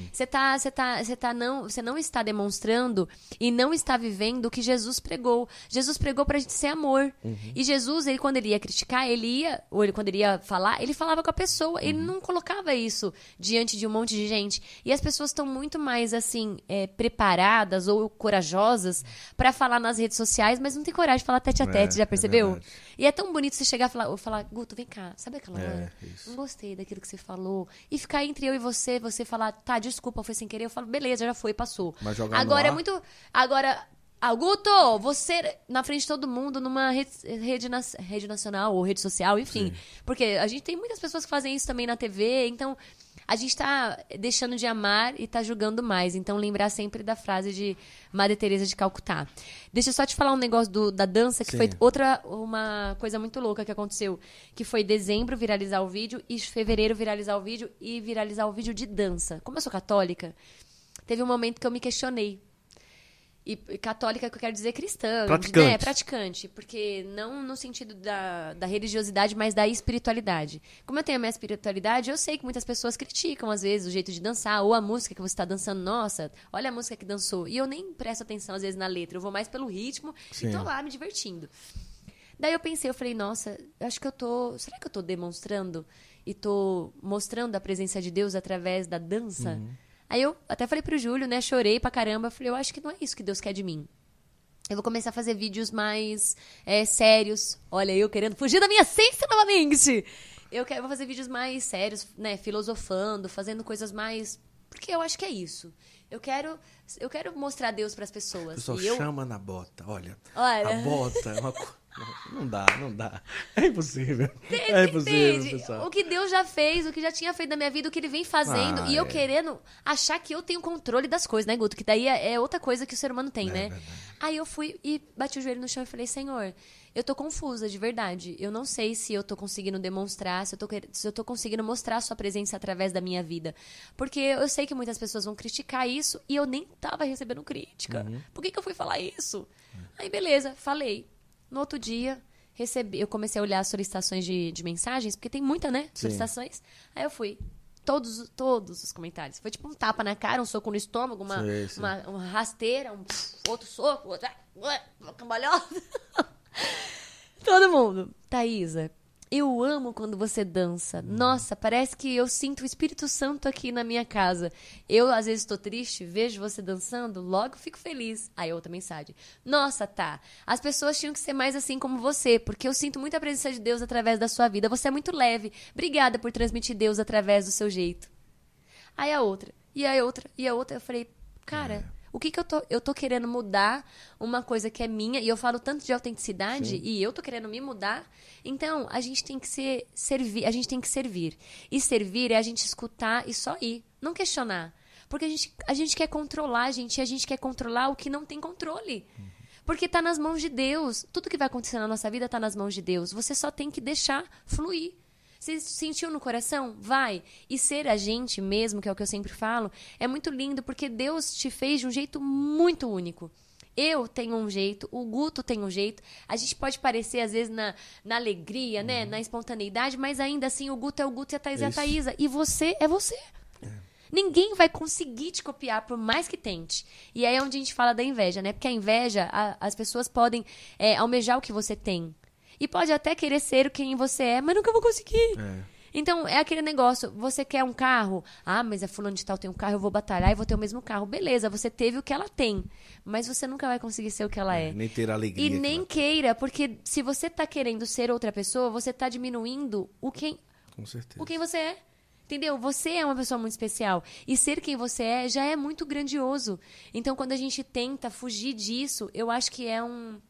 você não está demonstrando e não está vivendo o que Jesus pregou. Jesus pregou pra gente ser amor. E Jesus, quando ele ia criticar, quando ele ia falar, ele falava com a pessoa, ele não colocava isso diante de um monte de gente. E as pessoas estão muito mais, assim, preparadas ou corajosas pra falar nas redes sociais, mas não tem coragem de falar tete a tete, já percebeu? E é tão bonito você chegar e falar, Guto, vem cá, sabe aquela hora? Não gostei daquilo que você falou. E ficar entre eu e você falar, tá, desculpa, foi sem querer. Eu falo, beleza, já foi, passou. Agora é muito... Agora, Guto, você na frente de todo mundo, numa rede nacional ou rede social, enfim. Sim. Porque a gente tem muitas pessoas que fazem isso também na TV, então... A gente tá deixando de amar e tá julgando mais. Então, lembrar sempre da frase de Madre Teresa de Calcutá. Deixa eu só te falar um negócio da dança, que foi uma coisa muito louca que aconteceu. Que foi dezembro viralizar o vídeo e fevereiro viralizar o vídeo e viralizar o vídeo de dança. Como eu sou católica, teve um momento que eu me questionei. E católica, que eu quero dizer cristã. Praticante. Né? Praticante. Porque não no sentido da religiosidade, mas da espiritualidade. Como eu tenho a minha espiritualidade, eu sei que muitas pessoas criticam, às vezes, o jeito de dançar, ou a música que você está dançando. Nossa, olha a música que dançou. E eu nem presto atenção, às vezes, na letra. Eu vou mais pelo ritmo e tô lá me divertindo. Daí eu pensei, eu falei, nossa, acho que será que eu tô demonstrando e tô mostrando a presença de Deus através da dança? Aí eu até falei pro Júlio, né? Chorei pra caramba. Falei, eu acho que não é isso que Deus quer de mim. Eu vou começar a fazer vídeos mais sérios. Olha, eu querendo fugir da minha essência novamente. Vou fazer vídeos mais sérios, né? Filosofando, fazendo coisas mais... Porque eu acho que é isso. Eu quero mostrar Deus pras pessoas. O pessoal chama na bota. Olha, a bota é uma coisa... Não dá. É impossível. É impossível, pessoal. O que Deus já fez, o que já tinha feito na minha vida, o que Ele vem fazendo. E eu querendo achar que eu tenho controle das coisas, né, Guto? Que daí é outra coisa que o ser humano tem, né? Verdade. Aí eu fui e bati o joelho no chão e falei, Senhor, eu tô confusa, de verdade. Eu não sei se eu tô conseguindo demonstrar, se eu tô conseguindo mostrar a sua presença através da minha vida. Porque eu sei que muitas pessoas vão criticar isso e eu nem tava recebendo crítica. Por que eu fui falar isso? Aí, beleza, falei. No outro dia, eu comecei a olhar as solicitações de mensagens, porque tem muita, né? Solicitações. Aí eu fui. Todos os comentários. Foi tipo um tapa na cara, um soco no estômago, uma rasteira, outro soco, uma cambalhota. Todo mundo. Thaísa, eu amo quando você dança. Nossa, parece que eu sinto o Espírito Santo aqui na minha casa. Eu, às vezes, estou triste, vejo você dançando, logo fico feliz. Aí, outra mensagem. Nossa, tá. As pessoas tinham que ser mais assim como você, porque eu sinto muita presença de Deus através da sua vida. Você é muito leve. Obrigada por transmitir Deus através do seu jeito. Aí a outra. E a outra. E a outra. Eu falei, cara... O que eu tô querendo mudar uma coisa que é minha, e eu falo tanto de autenticidade, e eu tô querendo me mudar. Então, a gente tem que servir, a gente tem que servir. E servir é a gente escutar e só ir, não questionar. Porque a gente quer controlar, a gente quer controlar o que não tem controle. Porque tá nas mãos de Deus. Tudo que vai acontecer na nossa vida tá nas mãos de Deus. Você só tem que deixar fluir. Você sentiu no coração? Vai. E ser a gente mesmo, que é o que eu sempre falo, é muito lindo, porque Deus te fez de um jeito muito único. Eu tenho um jeito, o Guto tem um jeito. A gente pode parecer, às vezes, na alegria, né? Na espontaneidade, mas ainda assim, o Guto é o Guto e a Thaís é a Thaísa. E você é você. Ninguém vai conseguir te copiar, por mais que tente. E aí é onde a gente fala da inveja, né? Porque a inveja, as pessoas podem almejar o que você tem. E pode até querer ser quem você é, mas nunca vou conseguir. Então, é aquele negócio, você quer um carro? Ah, mas a fulano de tal tem um carro, eu vou batalhar e vou ter o mesmo carro. Beleza, você teve o que ela tem, mas você nunca vai conseguir ser o que ela é. Nem ter a alegria. E nem queira, porque se você tá querendo ser outra pessoa, você tá diminuindo Com certeza. o quem você é. Entendeu? Você é uma pessoa muito especial. E ser quem você é já é muito grandioso. Então, quando a gente tenta fugir disso, eu acho que é um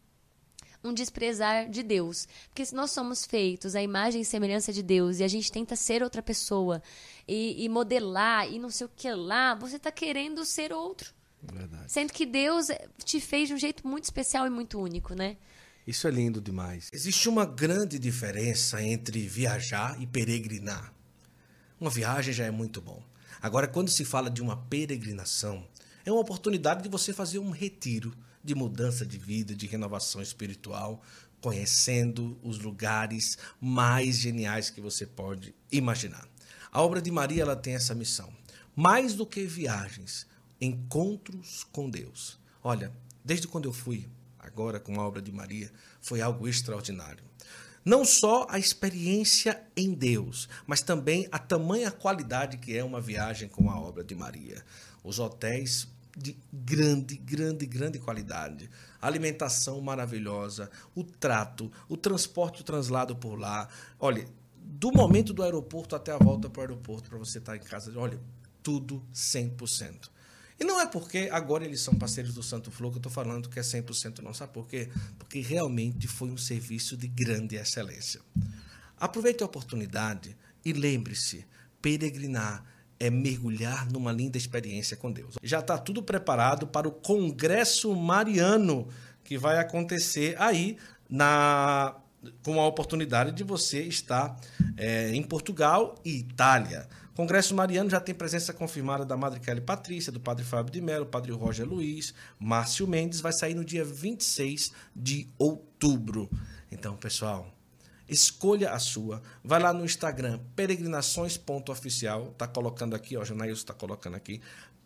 desprezar de Deus. Porque se nós somos feitos à imagem e semelhança de Deus e a gente tenta ser outra pessoa e modelar e não sei o que lá, você está querendo ser outro. Verdade. Sendo que Deus te fez de um jeito muito especial e muito único, né? Isso é lindo demais. Existe uma grande diferença entre viajar e peregrinar. Uma viagem já é muito bom. Agora, quando se fala de uma peregrinação, é uma oportunidade de você fazer um retiro, de mudança de vida, de renovação espiritual, conhecendo os lugares mais geniais que você pode imaginar. A obra de Maria, ela tem essa missão. Mais do que viagens, encontros com Deus. Olha, desde quando eu fui agora com a obra de Maria, foi algo extraordinário. Não só a experiência em Deus, mas também a tamanha qualidade que é uma viagem com a obra de Maria. Os hotéis de grande qualidade. A alimentação maravilhosa, o trato, o transporte, o translado por lá. Olha, do momento do aeroporto até a volta para o aeroporto, para você estar em casa, olha, tudo 100%. E não é porque agora eles são parceiros do Santo Flow que eu estou falando que é 100% não. Sabe por quê? Porque realmente foi um serviço de grande excelência. Aproveite a oportunidade e lembre-se, peregrinar é mergulhar numa linda experiência com Deus. Já está tudo preparado para o Congresso Mariano, que vai acontecer aí com a oportunidade de você estar em Portugal e Itália. O Congresso Mariano já tem presença confirmada da Madre Kelly Patrícia, do Padre Fábio de Mello, Padre Roger Luiz, Márcio Mendes, vai sair no dia 26 de outubro. Então, pessoal, escolha a sua. Vai lá no Instagram, peregrinações.oficial. Está colocando aqui, ó, Janaílson está colocando aqui,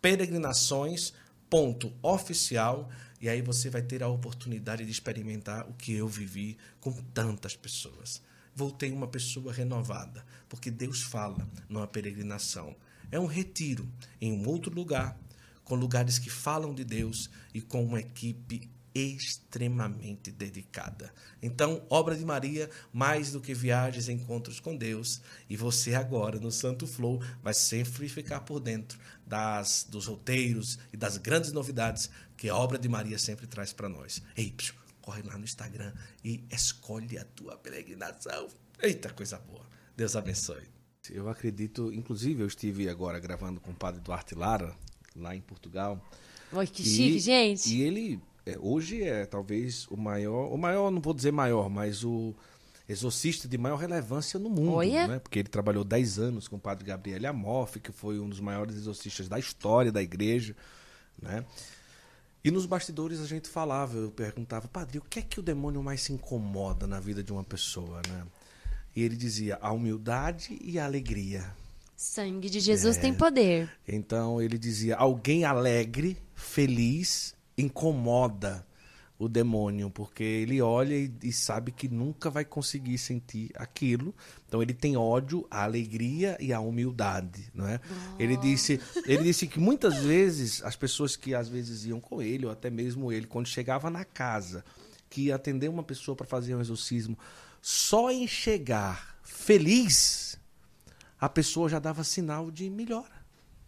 peregrinações.oficial. E aí você vai ter a oportunidade de experimentar o que eu vivi com tantas pessoas. Voltei uma pessoa renovada, porque Deus fala numa peregrinação. É um retiro em um outro lugar, com lugares que falam de Deus e com uma equipe extremamente dedicada. Então, obra de Maria, mais do que viagens, encontros com Deus. E você agora, no Santo Flow, vai sempre ficar por dentro dos roteiros e das grandes novidades que a obra de Maria sempre traz para nós. Ei, corre lá no Instagram e escolhe a tua peregrinação. Eita, coisa boa. Deus abençoe. Eu acredito, inclusive, eu estive agora gravando com o Padre Duarte Lara, lá em Portugal. Oi, que chique, gente. E ele, hoje é talvez o maior, não vou dizer maior, mas o exorcista de maior relevância no mundo. Olha. Né? Porque ele trabalhou 10 anos com o Padre Gabriel Amorfi, que foi um dos maiores exorcistas da história da igreja, né? E nos bastidores a gente falava, eu perguntava, padre, o que é que o demônio mais se incomoda na vida de uma pessoa, né? E ele dizia, a humildade e a alegria. Sangue de Jesus tem poder. Então ele dizia, alguém alegre, feliz, incomoda o demônio, porque ele olha e sabe que nunca vai conseguir sentir aquilo. Então ele tem ódio à alegria e à humildade, não é? Oh. Ele disse que muitas vezes as pessoas que às vezes iam com ele, ou até mesmo ele, quando chegava na casa, que ia atender uma pessoa para fazer um exorcismo, só em chegar feliz, a pessoa já dava sinal de melhora.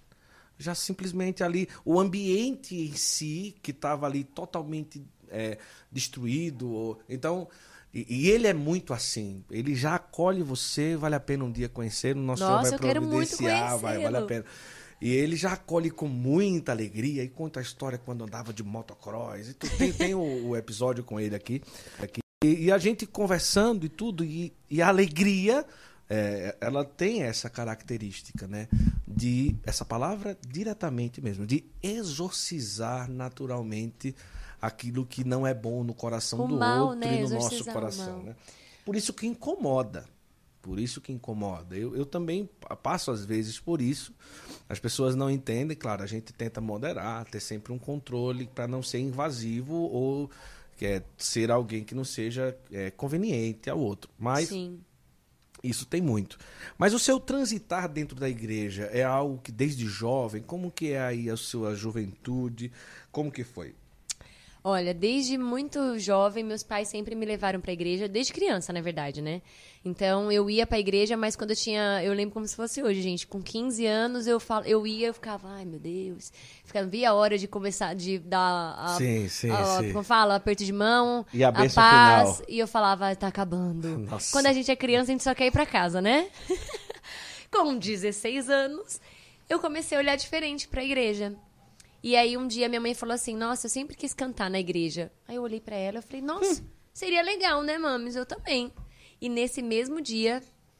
Já simplesmente ali, o ambiente em si, que estava ali totalmente destruído. Então, e ele é muito assim. Ele já acolhe você, vale a pena um dia conhecer. O nosso Senhor vai providenciar, vale a pena. E ele já acolhe com muita alegria e conta a história quando andava de motocross. E tem o episódio com ele aqui. E a gente conversando e tudo, e a alegria, ela tem essa característica, né? Essa palavra diretamente mesmo, de exorcizar naturalmente aquilo que não é bom no coração do outro, né? E no nosso coração, né? Por isso que incomoda. Eu também passo às vezes por isso. As pessoas não entendem, claro, a gente tenta moderar, ter sempre um controle para não ser invasivo ou ser alguém que não seja conveniente ao outro. Mas sim, isso tem muito. Mas o seu transitar dentro da igreja é algo que desde jovem, como que é aí a sua juventude? Como que foi? Olha, desde muito jovem, meus pais sempre me levaram pra igreja, desde criança, na verdade, né? Então, eu ia pra igreja, mas quando eu lembro como se fosse hoje, gente, com 15 anos, eu ficava, ai, meu Deus, via a hora de começar, de dar como fala, aperto de mão, e a bênção paz, final. E eu falava, tá acabando. Nossa. Quando a gente é criança, a gente só quer ir pra casa, né? Com 16 anos, eu comecei a olhar diferente pra igreja. E aí, um dia, minha mãe falou assim, nossa, eu sempre quis cantar na igreja. Aí eu olhei pra ela e falei, nossa, seria legal, né, mames? Eu também. E nesse mesmo dia,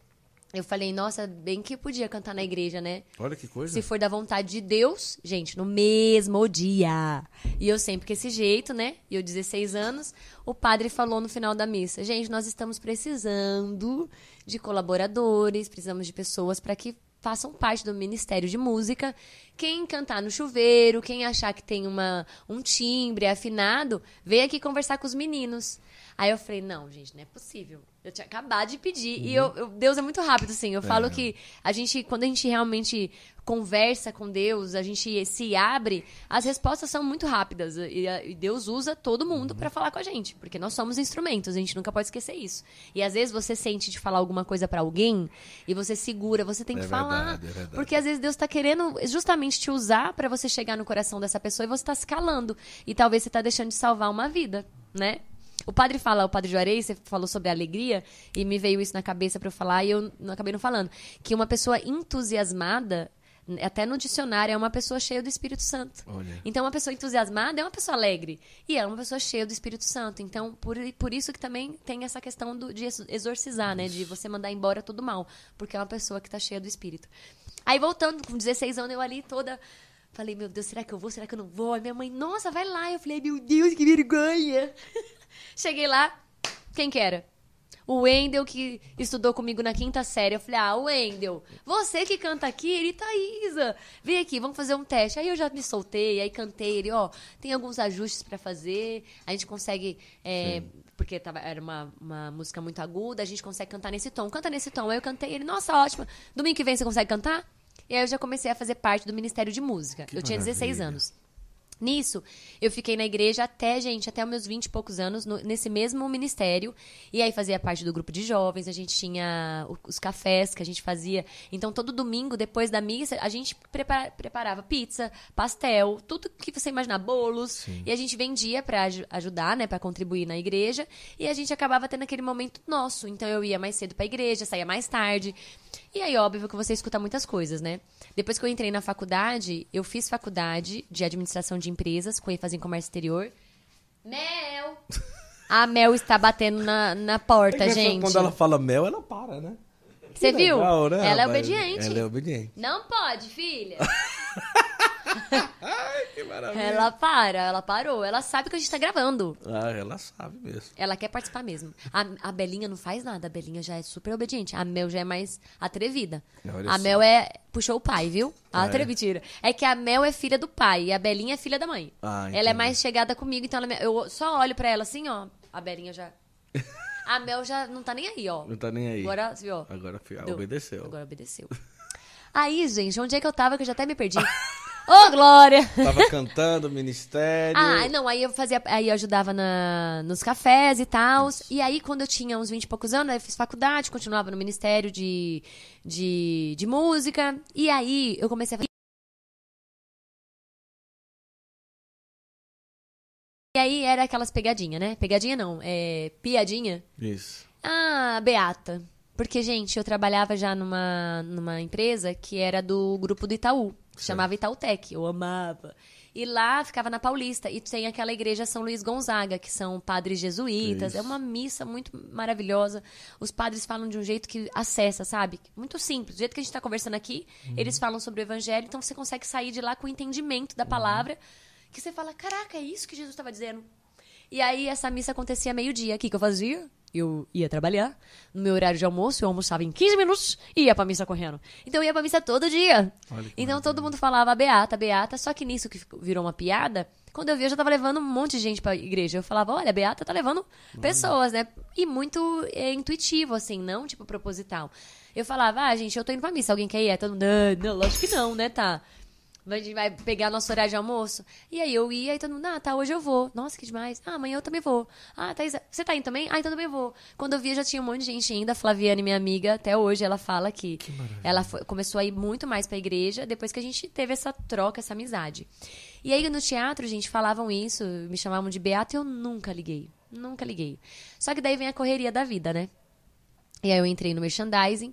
Eu falei, nossa, bem que podia cantar na igreja, né? Olha que coisa. Se for da vontade de Deus, gente, no mesmo dia. E eu sempre com esse jeito, né? E eu, 16 anos, o padre falou no final da missa, gente, nós estamos precisando de colaboradores, precisamos de pessoas para que façam parte do Ministério de Música. Quem cantar no chuveiro, quem achar que tem um timbre afinado, vem aqui conversar com os meninos. Aí eu falei, não, gente, não é possível. Eu tinha acabado de pedir. E Deus é muito rápido, assim. Eu falo que quando a gente realmente conversa com Deus, a gente se abre, as respostas são muito rápidas. E Deus usa todo mundo pra falar com a gente. Porque nós somos instrumentos, a gente nunca pode esquecer isso. E às vezes você sente de falar alguma coisa pra alguém e você segura, você tem que falar. É verdade. Porque às vezes Deus tá querendo justamente te usar pra você chegar no coração dessa pessoa e você tá se calando. E talvez você tá deixando de salvar uma vida, né? O padre Juarez, você falou sobre a alegria, e me veio isso na cabeça pra eu falar, e eu acabei não falando. Que uma pessoa entusiasmada, até no dicionário, é uma pessoa cheia do Espírito Santo. Olha. Então, uma pessoa entusiasmada é uma pessoa alegre. E é uma pessoa cheia do Espírito Santo. Então, por isso que também tem essa questão de exorcizar, né? De você mandar embora todo mal. Porque é uma pessoa que tá cheia do Espírito. Aí, voltando, com 16 anos, eu ali toda... Falei, meu Deus, será que eu vou? Será que eu não vou? Aí minha mãe, nossa, vai lá. Eu falei, meu Deus, que vergonha. Cheguei lá, quem que era? O Wendel, que estudou comigo na 5ª série. Eu falei, Wendel, você que canta aqui? Ele, Thaísa, vem aqui, vamos fazer um teste. Aí eu já me soltei, aí cantei. Ele, tem alguns ajustes pra fazer. A gente consegue, porque era uma música muito aguda, a gente consegue cantar nesse tom. Canta nesse tom. Aí eu cantei, ele, nossa, ótimo. Domingo que vem você consegue cantar? E aí eu já comecei a fazer parte do Ministério de Música. Eu tinha 16 anos. Nisso, eu fiquei na igreja até os meus 20 e poucos anos, nesse mesmo ministério. E aí fazia parte do grupo de jovens, a gente tinha os cafés que a gente fazia. Então, todo domingo, depois da missa, a gente preparava pizza, pastel, tudo que você imaginar, bolos. Sim. E a gente vendia pra ajudar, né, pra contribuir na igreja. E a gente acabava tendo aquele momento nosso. Então, eu ia mais cedo pra igreja, saía mais tarde. E aí, óbvio que você escuta muitas coisas, né? Depois que eu entrei na faculdade, eu fiz faculdade de administração de empresas, com ênfase em comércio exterior. Mel! A Mel está batendo na porta, gente. Quando ela fala Mel, ela para, né? Você viu? Legal, né, ela rapaz? é obediente. Ela é obediente. Não pode, filha. Ai, que maravilha. Ela parou. Ela sabe que a gente tá gravando. Ela sabe mesmo. Ela quer participar mesmo. A Belinha não faz nada. A Belinha já é super obediente. A Mel já é mais atrevida. Olha a só. Mel puxou o pai, viu? Mentira. É que a Mel é filha do pai e a Belinha é filha da mãe. Ela é mais chegada comigo, então eu só olho pra ela assim, ó. A Belinha já... A Mel já não tá nem aí, ó. Não tá nem aí. Agora, viu? Agora obedeceu. Agora obedeceu. Aí, gente, onde é que eu tava que eu já até me perdi? Ô, Glória! Tava cantando, ministério. Não, aí eu ajudava nos cafés e tal. E aí, quando eu tinha uns 20 e poucos anos, eu fiz faculdade, continuava no Ministério de Música. E aí, eu comecei a fazer... E aí, era aquelas pegadinhas, né? Pegadinha não, piadinha. Isso. Beata. Porque, gente, eu trabalhava já numa empresa que era do grupo do Itaú. Que chamava Itautec, eu amava. E lá ficava na Paulista. E tem aquela igreja São Luís Gonzaga, que são padres jesuítas. Isso. É uma missa muito maravilhosa. Os padres falam de um jeito que acessa, sabe? Muito simples. Do jeito que a gente está conversando aqui, eles falam sobre o evangelho. Então você consegue sair de lá com o entendimento da palavra. Que você fala, caraca, é isso que Jesus estava dizendo. E aí essa missa acontecia meio-dia. O que eu fazia? Eu ia trabalhar. No meu horário de almoço, eu almoçava em 15 minutos e ia pra missa correndo. Então eu ia pra missa todo dia. Então todo mundo falava Beata, Beata. Só que nisso que virou uma piada, quando eu vi, eu já tava levando um monte de gente pra igreja. Eu falava, olha, a Beata tá levando pessoas, né? E muito intuitivo, assim, não tipo proposital. Eu falava, gente, eu tô indo pra missa. Alguém quer ir? Todo mundo, não, lógico que não, né, tá? A gente vai pegar nosso horário de almoço. E aí eu ia, e todo mundo, tá, hoje eu vou. Nossa, que demais. Amanhã eu também vou. Thaís, você tá indo também? Então eu também vou. Quando eu via, já tinha um monte de gente ainda. A Flaviane, minha amiga, até hoje, ela fala que ela começou a ir muito mais pra igreja depois que a gente teve essa troca, essa amizade. E aí no teatro, gente, falavam isso, me chamavam de Beata e eu nunca liguei. Nunca liguei. Só que daí vem a correria da vida, né? E aí eu entrei no merchandising.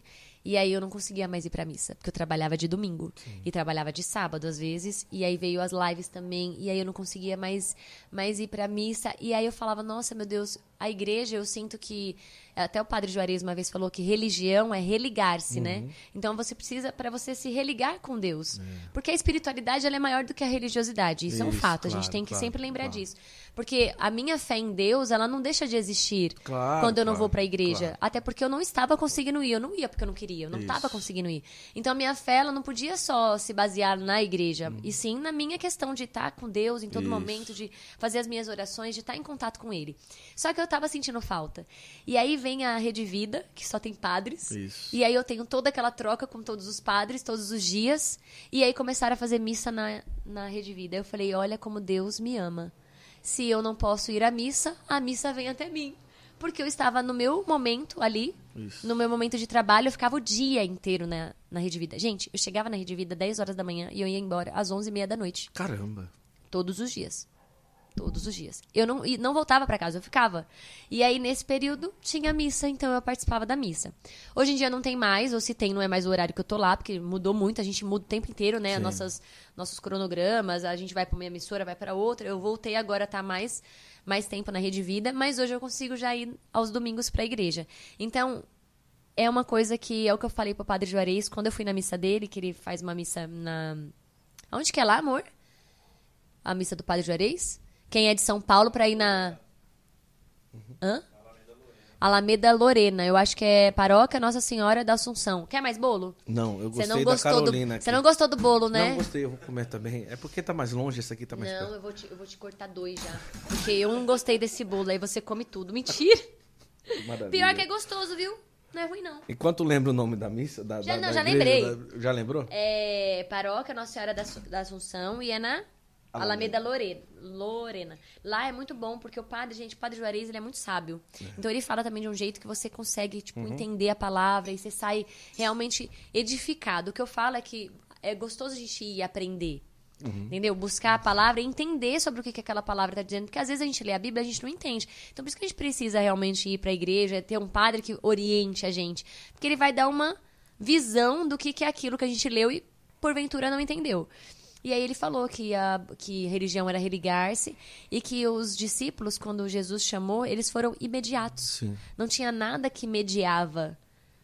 E aí eu não conseguia mais ir pra missa, porque eu trabalhava de domingo. Sim. E trabalhava de sábado, às vezes. E aí veio as lives também. E aí eu não conseguia mais ir pra missa. E aí eu falava, nossa, meu Deus, a igreja, eu sinto que... Até o padre Juarez uma vez falou que religião é religar-se, né? Então você precisa, para você se religar com Deus. Porque a espiritualidade, ela é maior do que a religiosidade. Isso é um fato. Claro, a gente tem que sempre lembrar disso. Porque a minha fé em Deus, ela não deixa de existir quando eu não vou pra igreja. Claro. Até porque eu não estava conseguindo ir. Eu não ia porque eu não queria. Eu não estava conseguindo ir. Então a minha fé, ela não podia só se basear na igreja. E sim na minha questão de estar com Deus em todo momento, de fazer as minhas orações, de estar em contato com Ele. Só que eu estava sentindo falta. E aí vem a Rede Vida, que só tem padres. Isso. E aí eu tenho toda aquela troca com todos os padres, todos os dias. E aí começaram a fazer missa na Rede Vida. Eu falei, olha como Deus me ama. Se eu não posso ir à missa, a missa vem até mim. Porque eu estava no meu momento ali, no meu momento de trabalho, eu ficava o dia inteiro na Rede Vida. Gente, eu chegava na Rede Vida 10 horas da manhã e eu ia embora às 11h30 da noite. Caramba! Todos os dias. Todos os dias. Eu não voltava pra casa, eu ficava. E aí, nesse período, tinha missa, então eu participava da missa. Hoje em dia não tem mais, ou se tem, não é mais o horário que eu tô lá, porque mudou muito, a gente muda o tempo inteiro, né? Nossos cronogramas, a gente vai pra uma emissora, vai pra outra. Eu voltei agora a estar mais tempo na Rede Vida, mas hoje eu consigo já ir aos domingos pra igreja. Então, é uma coisa que é o que eu falei pro Padre Juarez, quando eu fui na missa dele, que ele faz uma missa na... Onde que é lá, amor? A missa do Padre Juarez? Quem é de São Paulo pra ir na... Alameda Lorena. Eu acho que é Paróquia Nossa Senhora da Assunção. Quer mais bolo? Não, eu gostei da Carolina. Você não gostou do bolo, né? Não gostei, eu vou comer também. É porque tá mais longe, esse aqui tá mais perto. Não, eu vou te cortar 2 já. Porque eu não gostei desse bolo, aí você come tudo. Mentira! Maravilha. Pior que é gostoso, viu? Não é ruim, não. Enquanto lembra o nome da missa? Já igreja, lembrei. Já lembrou? É Paróquia Nossa Senhora da Assunção e é na... Alameda Lorena. Lá é muito bom, porque o Padre Juarez, ele é muito sábio. Então, ele fala também de um jeito que você consegue, entender a palavra e você sai realmente edificado. O que eu falo é que é gostoso a gente ir aprender, entendeu? Buscar a palavra e entender sobre o que aquela palavra está dizendo. Porque, às vezes, a gente lê a Bíblia e a gente não entende. Então, por isso que a gente precisa realmente ir para a igreja, ter um padre que oriente a gente. Porque ele vai dar uma visão do que é aquilo que a gente leu e, porventura, não entendeu. E aí ele falou que a religião era religar-se e que os discípulos, quando Jesus chamou, eles foram imediatos. Sim. Não tinha nada que mediava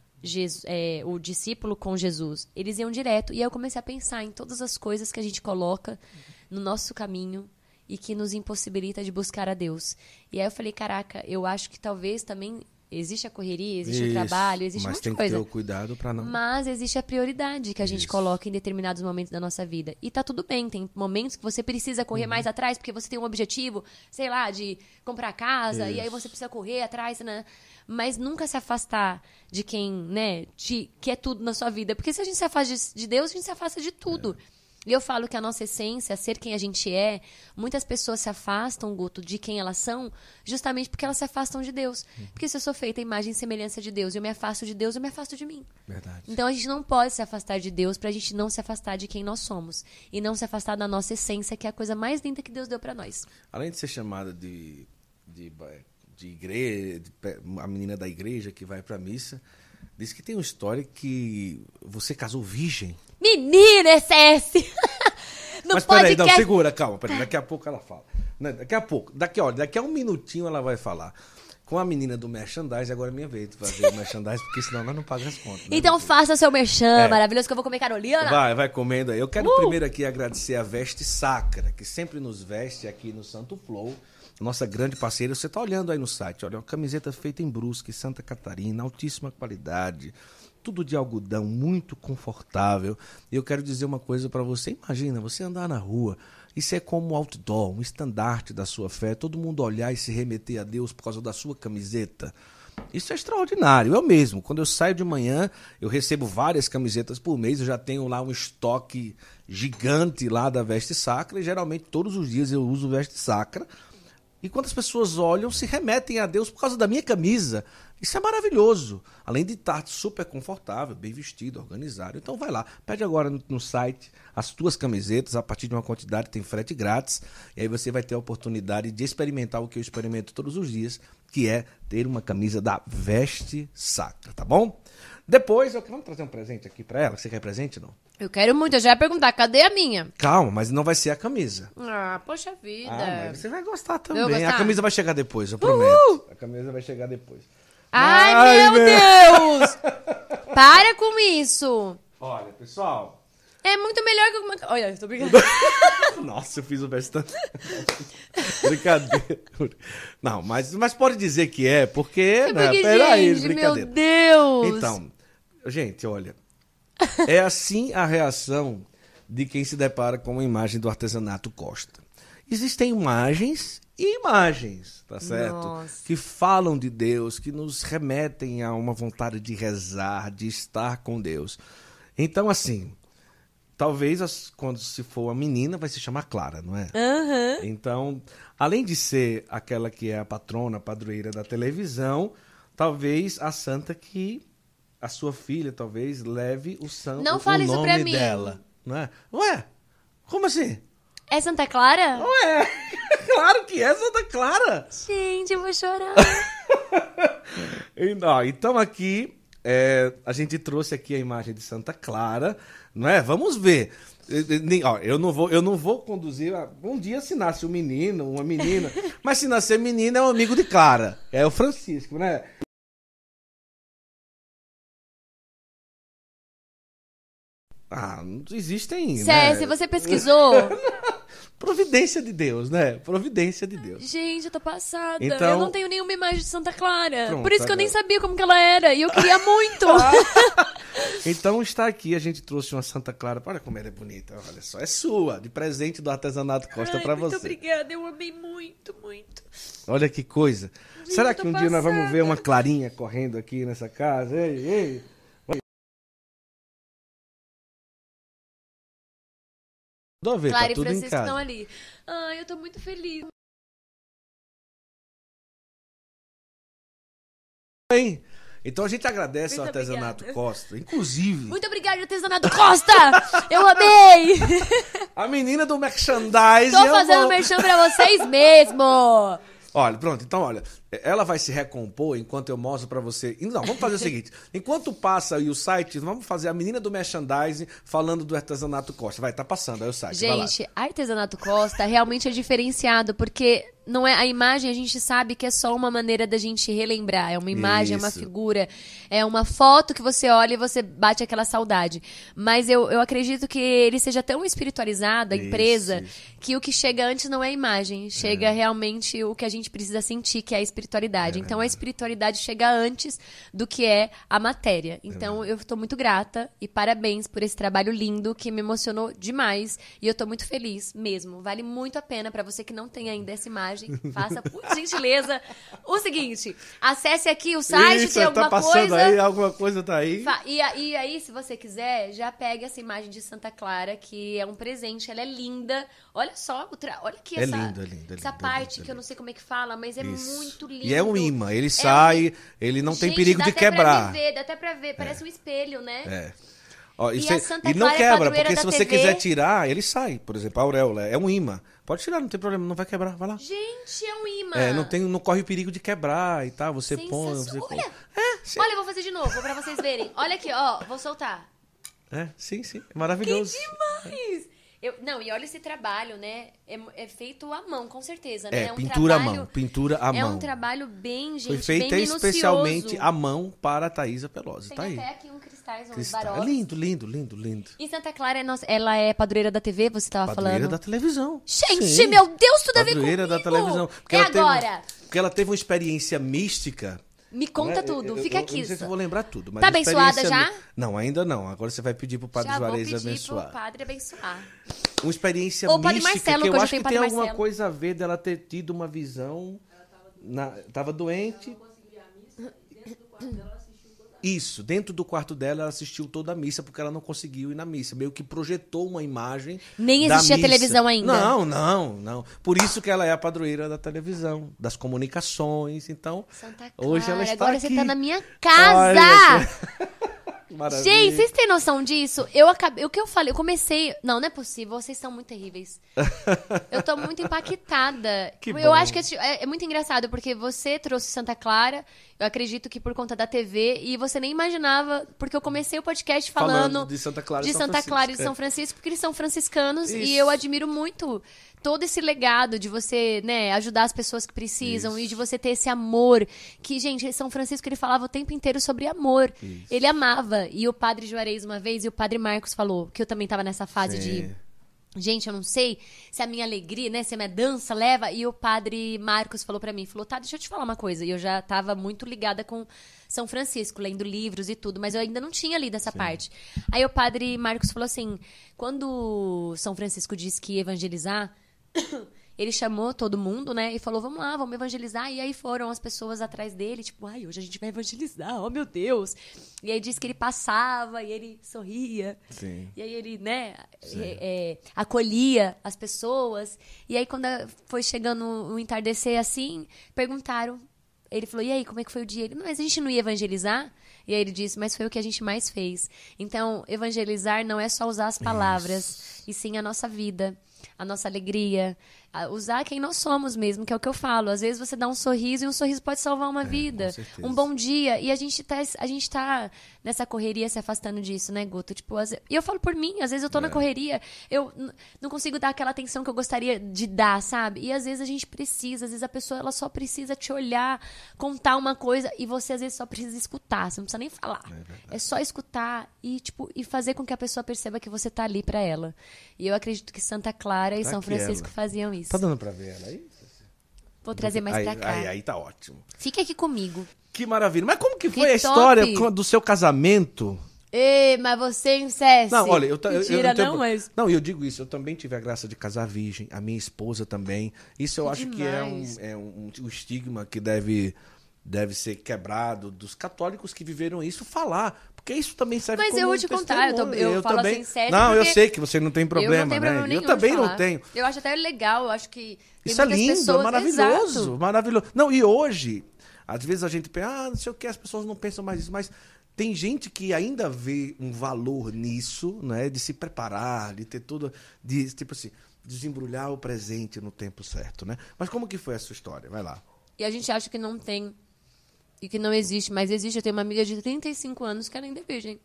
o discípulo com Jesus. Eles iam direto. E aí eu comecei a pensar em todas as coisas que a gente coloca no nosso caminho e que nos impossibilita de buscar a Deus. E aí eu falei, caraca, eu acho que talvez também... Existe a correria, existe o trabalho, existe um monte de coisa. Mas tem que ter o cuidado para não... Mas existe a prioridade que a gente coloca em determinados momentos da nossa vida. E tá tudo bem, tem momentos que você precisa correr mais atrás, porque você tem um objetivo, sei lá, de comprar casa, e aí você precisa correr atrás, né? Mas nunca se afastar de quem, né, que é tudo na sua vida. Porque se a gente se afasta de Deus, a gente se afasta de tudo. E eu falo que a nossa essência, ser quem a gente é, muitas pessoas se afastam, Guto, de quem elas são, justamente porque elas se afastam de Deus. Porque se eu sou feita a imagem e semelhança de Deus, eu me afasto de Deus, eu me afasto de mim. Verdade. Então a gente não pode se afastar de Deus pra gente não se afastar de quem nós somos. E não se afastar da nossa essência, que é a coisa mais linda que Deus deu pra nós. Além de ser chamada de igreja, a menina da igreja que vai pra missa, diz que tem uma história que você casou virgem. Menina, SS! Mas peraí, não, segura, calma, peraí, daqui a pouco ela fala. Daqui a um minutinho ela vai falar. Com a menina do merchandise, agora é minha vez de fazer o merchandise, porque senão nós não pagamos as contas. Né? Então faça seu merchan, maravilhoso, que eu vou comer Carolina. Vai comendo aí. Eu quero primeiro aqui agradecer a Veste Sacra, que sempre nos veste aqui no Santo Flow. Nossa grande parceira, você tá olhando aí no site, olha, uma camiseta feita em Brusque, Santa Catarina, altíssima qualidade, tudo de algodão, muito confortável. E eu quero dizer uma coisa para você, imagina, você andar na rua, isso é como um outdoor, um estandarte da sua fé, todo mundo olhar e se remeter a Deus por causa da sua camiseta. Isso é extraordinário, eu mesmo, quando eu saio de manhã, eu recebo várias camisetas por mês, eu já tenho lá um estoque gigante lá da Veste Sacra, e geralmente todos os dias eu uso Veste Sacra, E quando as pessoas olham, se remetem a Deus por causa da minha camisa. Isso é maravilhoso. Além de estar super confortável, bem vestido, organizado. Então vai lá, pede agora no site as tuas camisetas, a partir de uma quantidade, tem frete grátis. E aí você vai ter a oportunidade de experimentar o que eu experimento todos os dias, que é ter uma camisa da Veste Sacra, tá bom? Depois, vamos trazer um presente aqui pra ela. Você quer presente, não? Eu quero muito, eu já ia perguntar, cadê a minha? Calma, mas não vai ser a camisa. Ah, poxa vida. Mas você vai gostar também. Eu vou gostar? A camisa vai chegar depois, eu prometo. A camisa vai chegar depois. Ai, meu Deus! Para com isso! Olha, pessoal. É muito melhor que uma... Olha, eu tô brincando. Nossa, eu fiz o bastante. Brincadeira. Não, mas pode dizer que é, porque... Peraí, brincadeira. Meu Deus! Então, gente, olha. É assim a reação de quem se depara com uma imagem do artesanato Costa. Existem imagens e imagens, tá certo? Nossa. Que falam de Deus, que nos remetem a uma vontade de rezar, de estar com Deus. Então, assim, talvez quando se for uma menina vai se chamar Clara, não é? Uhum. Então, além de ser aquela que é a patrona, a padroeira da televisão, talvez a santa que a sua filha talvez leve o santo, Não fale o isso nome pra mim. dela, não é? Ué, como assim? É Santa Clara? Ué, claro que é Santa Clara. Gente, eu vou chorar. Então aqui, a gente trouxe aqui a imagem de Santa Clara, não é? Vamos ver. Eu não vou conduzir. Um dia se nasce um menino, uma menina, mas se nascer menina é um amigo de Clara, é o Francisco, né? Existem, Sério, né? se você pesquisou... Providência de Deus, né? Providência de Deus. Gente, eu tô passada. Então... Eu não tenho nenhuma imagem de Santa Clara. Pronto, Por isso que eu nem agora. sabia como que ela era. E eu queria muito. Então está aqui, a gente trouxe uma Santa Clara. Olha como ela é bonita, olha só. É sua, de presente do Artesanato Costa pra você. Muito obrigada, eu amei muito, muito. Olha que coisa. Gente, Será eu que tô um dia nós vamos passada. ver uma Clarinha correndo aqui nessa casa? Ei. Vou ver, Clara tá e tudo em Francisco casa. estão ali. Ai, eu tô muito feliz. Bem, então a gente agradece ao Muito Artesanato obrigada. Costa. Inclusive, Muito obrigada, Artesanato Costa! Eu amei! a menina do merchandising. Tô fazendo merchan pra vocês mesmo! Olha, pronto, então olha, ela vai se recompor enquanto eu mostro pra você. Não, vamos fazer o seguinte, enquanto passa aí o site, vamos fazer a menina do merchandising falando do Artesanato Costa. Vai, tá passando aí o site, vai lá. Gente, Artesanato Costa realmente é diferenciado, porque não é a imagem, a gente sabe que é só uma maneira da gente relembrar. É uma imagem, é uma Isso. figura, é uma foto que você olha e você bate aquela saudade. Mas eu acredito que ele seja tão espiritualizado, a empresa, Isso. que o que chega antes não é a imagem. Chega realmente o que a gente precisa sentir, que é a espiritualidade. Então a espiritualidade chega antes do que é a matéria. Então eu estou muito grata e parabéns por esse trabalho lindo que me emocionou demais. E eu estou muito feliz mesmo. Vale muito a pena para você que não tem ainda essa imagem. Faça, por gentileza, o seguinte. Acesse aqui o site, Isso, tem alguma tá passando coisa. aí, alguma coisa tá aí. E aí, se você quiser, já pegue essa imagem de Santa Clara, que é um presente. Ela é linda. Olha só, olha aqui É essa, lindo, é lindo, é essa lindo, parte é lindo, que eu não sei como é que fala, mas é Isso. muito lindo. E é um imã, ele sai, ele não tem Gente, perigo dá de até pra quebrar. ver, dá até pra ver, parece um espelho, né? É. Ó, E isso a aí- Santa e não Clara é quebra, padroeira porque da se você TV. quiser tirar, ele sai. Por exemplo, a auréola é um imã. Pode tirar, não tem problema, não vai quebrar, vai lá. Gente, é um imã. Não corre o perigo de quebrar e tal. Você põe, você põe. Olha, Sim. olha, eu vou fazer de novo, pra vocês verem. Olha aqui, ó, vou soltar. Sim, é maravilhoso. Demais! Não, e olha esse trabalho, né? É feito à mão, com certeza, né? É, pintura trabalho, à mão. É um trabalho bem, gente, Foi feita bem especialmente minucioso. à mão para a Thaisa Pelosi. Tem Tá aí. até aqui um cristais, uns Cristal. barolos. Lindo, lindo, lindo, lindo. E Santa Clara, ela é padroeira da TV, você tava Padroeira falando? da televisão. Gente, Sim. meu Deus, tudo a ver Padroeira comigo! da televisão. Porque É ela teve- agora! Porque ela teve uma experiência mística. Me conta né? tudo, Eu- fica eu aqui. Não sei se eu vou lembrar tudo. Mas Tá a abençoada experiência já? Não, ainda não. Agora você vai pedir pro Padre Já vou Juarez pedir abençoar. pro padre abençoar. Uma experiência Ou o Padre mística Marcelo, que eu que hoje acho tem que o tem Padre alguma Marcelo. coisa a ver dela ter tido uma visão. Tava doente. Isso, dentro do quarto dela, ela assistiu toda a missa, porque ela não conseguiu ir na missa. Meio que projetou uma imagem Nem da existia missa. televisão ainda. Não. Por isso que ela é a padroeira da televisão, das comunicações. Então, Santa Clara, hoje ela está agora aqui. você tá na minha casa! Maravilha. Gente, vocês têm noção disso? O que eu falei, eu comecei... Não é possível, vocês são muito terríveis. Eu tô muito impactada. Que eu bom. acho que é muito engraçado, porque você trouxe Santa Clara, eu acredito que por conta da TV, e você nem imaginava, porque eu comecei o podcast falando de Santa Clara de Santa Clara e de São Francisco, porque eles são franciscanos, Isso. e eu admiro muito todo esse legado de você, né, ajudar as pessoas que precisam e de você ter esse amor. Que, gente, São Francisco, ele falava o tempo inteiro sobre amor. Isso. Ele amava. E o padre Juarez uma vez, e o padre Marcos falou, que eu também tava nessa fase de... Gente, eu não sei se a minha alegria, né, se a minha dança leva. E o padre Marcos falou pra mim, falou, tá, deixa eu te falar uma coisa. E eu já tava muito ligada com São Francisco, lendo livros e tudo, mas eu ainda não tinha lido essa parte. Aí o padre Marcos falou assim, quando São Francisco disse que ia evangelizar, ele chamou todo mundo, né, e falou, vamos lá, vamos evangelizar. E aí foram as pessoas atrás dele, tipo, ai, hoje a gente vai evangelizar, oh meu Deus. E aí disse que ele passava e ele sorria. Sim. E aí ele, né, acolhia as pessoas. E aí quando foi chegando o entardecer assim, perguntaram. Ele falou, e aí, como é que foi o dia? Ele, mas a gente não ia evangelizar? E aí ele disse, mas foi o que a gente mais fez. Então, evangelizar não é só usar as palavras, e sim a nossa vida, a nossa alegria, usar quem nós somos mesmo, que é o que eu falo. Às vezes você dá um sorriso e um sorriso pode salvar uma vida. Com certeza. Um bom dia. E a gente tá nessa correria se afastando disso, né, Guto? Tipo, e eu falo por mim, às vezes eu tô na correria, eu não consigo dar aquela atenção que eu gostaria de dar, sabe? E às vezes a gente precisa, às vezes a pessoa ela só precisa te olhar, contar uma coisa, e você às vezes só precisa escutar, você não precisa nem falar. É só escutar e fazer com que a pessoa perceba que você tá ali pra ela. E eu acredito que Santa Clara e Tá São aqui Francisco ela. faziam isso. Tá dando pra ver ela aí? Vou trazer mais pra cá. Aí tá ótimo. Fique aqui comigo. Que maravilha. Mas como que Que foi a top. história do seu casamento? Ei, mas você incesse. Não, olha, Mentira, tenho- não, mas... Não, eu digo isso, eu também tive a graça de casar virgem, a minha esposa também. Isso eu Que acho demais. que é um estigma que deve ser quebrado dos católicos que viveram isso, falar. Porque isso também serve Mas como eu vou te contar, testemunho. eu falo também... assim, sério, Não, eu porque sei que você não tem problema, eu não tenho problema né? nenhum Eu também de não falar. tenho. Eu acho até legal, eu acho que tem Isso é muitas lindo, pessoas... é maravilhoso, Exato. maravilhoso. Não, e hoje, às vezes a gente pensa, não sei o que, as pessoas não pensam mais isso, mas tem gente que ainda vê um valor nisso, né, de se preparar, de ter tudo, de, tipo assim, desembrulhar o presente no tempo certo, né? Mas como que foi a sua história? Vai lá. E a gente acha que não tem e que não existe, mas existe. Eu tenho uma amiga de 35 anos que ela ainda é virgem.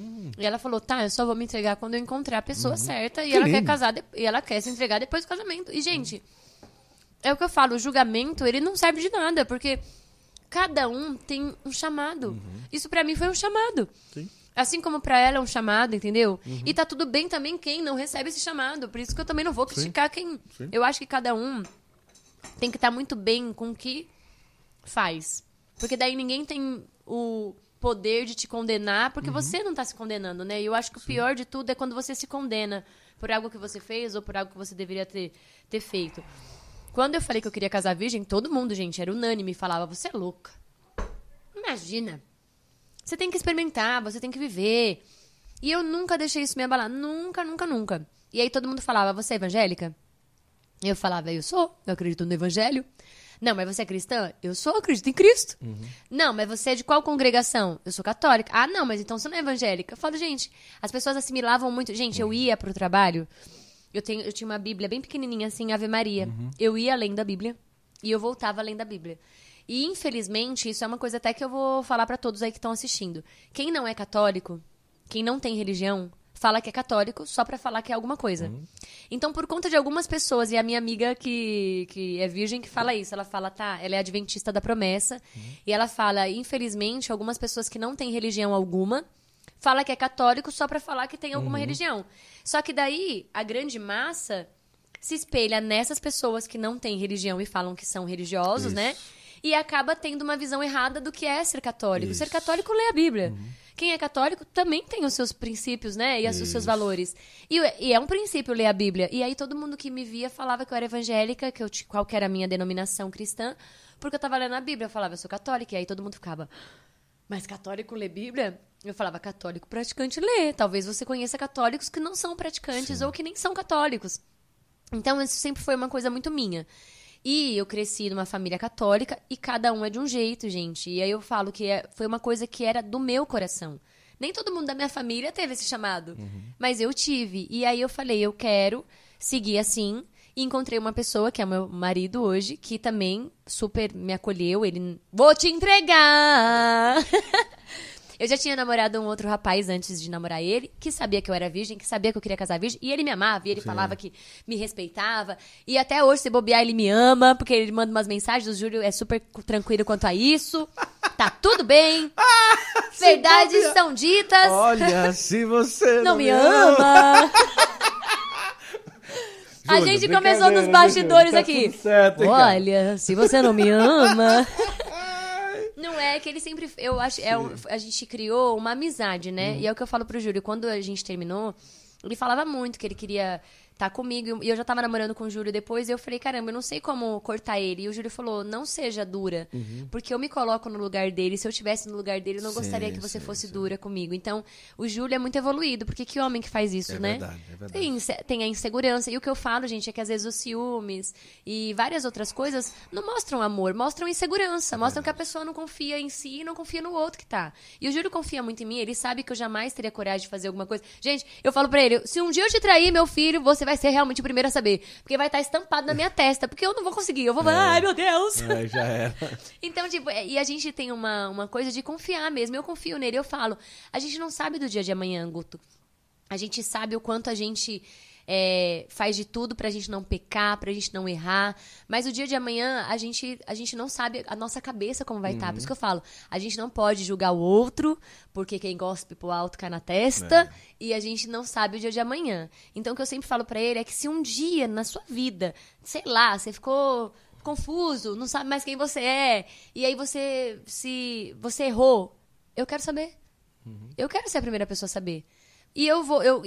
E ela falou, tá, eu só vou me entregar quando eu encontrar a pessoa certa. E Que ela lindo. quer casar, e ela quer se entregar depois do casamento. E, gente, é o que eu falo, o julgamento, ele não serve de nada, porque cada um tem um chamado. Isso pra mim foi um chamado. Sim. Assim como pra ela é um chamado, entendeu? E tá tudo bem também quem não recebe esse chamado. Por isso que eu também não vou criticar quem... Sim. Eu acho que cada um tem que estar muito bem com o que faz. Porque daí ninguém tem o poder de te condenar, porque você não tá se condenando, né? E eu acho que o pior de tudo é quando você se condena por algo que você fez ou por algo que você deveria ter feito. Quando eu falei que eu queria casar virgem, todo mundo, gente, era unânime, falava, você é louca. Imagina. Você tem que experimentar, você tem que viver. E eu nunca deixei isso me abalar. Nunca, nunca, nunca. E aí todo mundo falava, você é evangélica? Eu falava, eu sou, eu acredito no evangelho. Não, mas você é cristã? Eu sou, eu acredito em Cristo. Não, mas você é de qual congregação? Eu sou católica. Ah, não, mas então você não é evangélica. Eu falo, gente, as pessoas assimilavam muito. Gente, eu ia pro trabalho, eu tinha uma Bíblia bem pequenininha, assim, Ave Maria. Eu ia além da Bíblia e eu voltava além da Bíblia. E, infelizmente, isso é uma coisa até que eu vou falar pra todos aí que estão assistindo. Quem não é católico, quem não tem religião, fala que é católico só pra falar que é alguma coisa. Então, por conta de algumas pessoas, e a minha amiga que é virgem que fala isso, ela fala, tá, ela é adventista da promessa, e ela fala, infelizmente, algumas pessoas que não têm religião alguma, fala que é católico só pra falar que tem alguma religião. Só que daí, a grande massa se espelha nessas pessoas que não têm religião e falam que são religiosos, né? E acaba tendo uma visão errada do que é ser católico. Isso. Ser católico lê a Bíblia. Quem é católico também tem os seus princípios, né? E os seus valores. E é um princípio ler a Bíblia. E aí todo mundo que me via falava que eu era evangélica, qual que era a minha denominação cristã, porque eu tava lendo a Bíblia. Eu falava, eu sou católica. E aí todo mundo ficava... Mas católico lê Bíblia? Eu falava, católico praticante lê. Talvez você conheça católicos que não são praticantes ou que nem são católicos. Então, isso sempre foi uma coisa muito minha. E eu cresci numa família católica e cada um é de um jeito, gente. E aí eu falo que foi uma coisa que era do meu coração. Nem todo mundo da minha família teve esse chamado, mas eu tive. E aí eu falei, eu quero seguir assim. E encontrei uma pessoa, que é meu marido hoje, que também super me acolheu. Ele, vou te entregar! Eu já tinha namorado um outro rapaz antes de namorar ele, que sabia que eu era virgem, que sabia que eu queria casar virgem, e ele me amava, e ele falava que me respeitava, e até hoje, se bobear, ele me ama, porque ele manda umas mensagens, o Júlio é super tranquilo quanto a isso, tá tudo bem, verdades são ditas. Olha, se você não me ama. A gente começou nos bastidores tá aqui. Certo, hein, olha, se você não me ama... Não é que ele sempre... Eu acho... a gente criou uma amizade, né? E é o que eu falo pro Júlio. Quando a gente terminou, ele falava muito que ele queria estar comigo. E eu já tava namorando com o Júlio depois. E eu falei, caramba, eu não sei como cortar ele. E o Júlio falou, não seja dura. Porque eu me coloco no lugar dele. Se eu estivesse no lugar dele, eu não gostaria que você fosse dura comigo. Então, o Júlio é muito evoluído. Porque que homem que faz isso, né? É verdade. Tem a insegurança. E o que eu falo, gente, é que às vezes os ciúmes e várias outras coisas não mostram amor, mostram insegurança. Mostram que a pessoa não confia em si e não confia no outro que tá. E o Júlio confia muito em mim. Ele sabe que eu jamais teria coragem de fazer alguma coisa. Gente, eu falo pra ele, se um dia eu te trair, meu filho, você vai ser realmente o primeiro a saber. Porque vai estar estampado na minha testa. Porque eu não vou conseguir. Eu vou falar, ai, meu Deus. Já era. Então, tipo, e a gente tem uma coisa de confiar mesmo. Eu confio nele. Eu falo, a gente não sabe do dia de amanhã, Guto. A gente sabe o quanto a gente faz de tudo pra gente não pecar, pra gente não errar. Mas o dia de amanhã, a gente não sabe a nossa cabeça como vai estar. Por isso que eu falo, a gente não pode julgar o outro, porque quem gospe pro alto cai na testa, e a gente não sabe o dia de amanhã. Então, o que eu sempre falo pra ele é que se um dia na sua vida, sei lá, você ficou confuso, não sabe mais quem você é, e aí você errou, eu quero saber. Eu quero ser a primeira pessoa a saber. E eu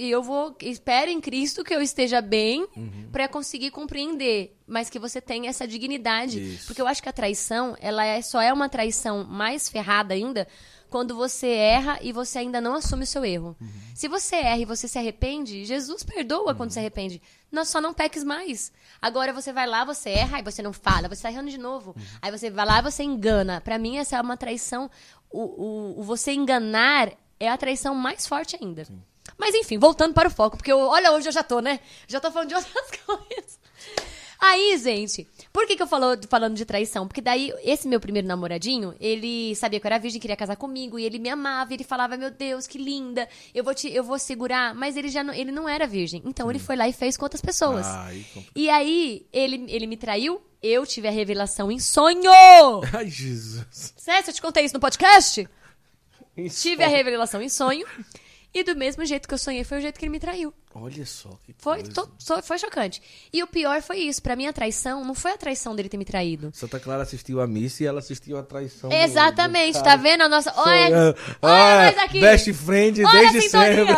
espero em Cristo que eu esteja bem pra conseguir compreender, mas que você tenha essa dignidade. Isso. Porque eu acho que a traição, só é uma traição mais ferrada ainda quando você erra e você ainda não assume o seu erro. Se você erra e você se arrepende, Jesus perdoa quando se arrepende. Só não peques mais. Agora você vai lá, você erra, aí você não fala, você tá errando de novo. Aí você vai lá e você engana. Pra mim, essa é uma traição. O você enganar é a traição mais forte ainda. Sim. Mas enfim, voltando para o foco, porque olha, hoje eu já tô, né? Já tô falando de outras coisas. Aí, gente, por que eu falando de traição? Porque daí, esse meu primeiro namoradinho, ele sabia que eu era virgem, queria casar comigo, e ele me amava, e ele falava, meu Deus, que linda, eu vou segurar, mas ele não era virgem. Então, ele foi lá e fez com outras pessoas. E aí, ele me traiu, eu tive a revelação em sonho! Ai, Jesus. Sério, eu te contei isso no podcast? Tive a revelação em sonho. E do mesmo jeito que eu sonhei, foi o jeito que ele me traiu. Olha só que Foi chocante. E o pior foi isso. Pra mim, a traição não foi a traição dele ter me traído. Santa Clara assistiu a missa e ela assistiu a traição. Exatamente. Do tá vendo a nossa... Olha nós aqui. Best friend olha desde sempre.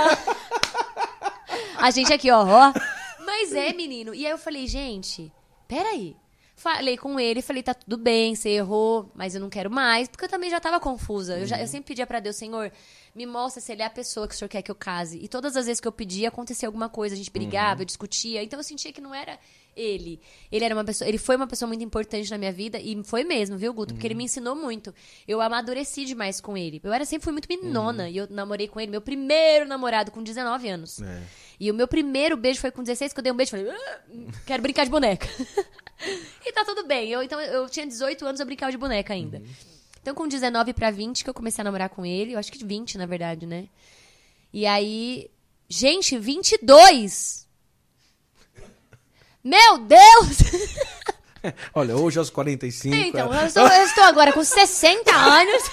A gente aqui, ó. Mas menino. E aí eu falei, gente, peraí. Falei com ele, falei, tá tudo bem, você errou, mas eu não quero mais, porque eu também já tava confusa. Eu sempre pedia pra Deus, Senhor, me mostra se ele é a pessoa que o Senhor quer que eu case. E todas as vezes que eu pedia, acontecia alguma coisa, a gente brigava, eu discutia. Então eu sentia que não era ele. Ele foi uma pessoa muito importante na minha vida, e foi mesmo, viu, Guto? Porque ele me ensinou muito. Eu amadureci demais com ele. Sempre fui muito meninona, e eu namorei com ele, meu primeiro namorado, com 19 anos. E o meu primeiro beijo foi com 16, que eu dei um beijo e falei, quero brincar de boneca. E tá tudo bem. Então, eu tinha 18 anos, eu brincava de boneca ainda. Então, com 19 pra 20, que eu comecei a namorar com ele. Eu acho que 20, na verdade, né? E aí... Gente, 22! Meu Deus! Olha, hoje aos 45... Então, eu estou agora com 60 anos...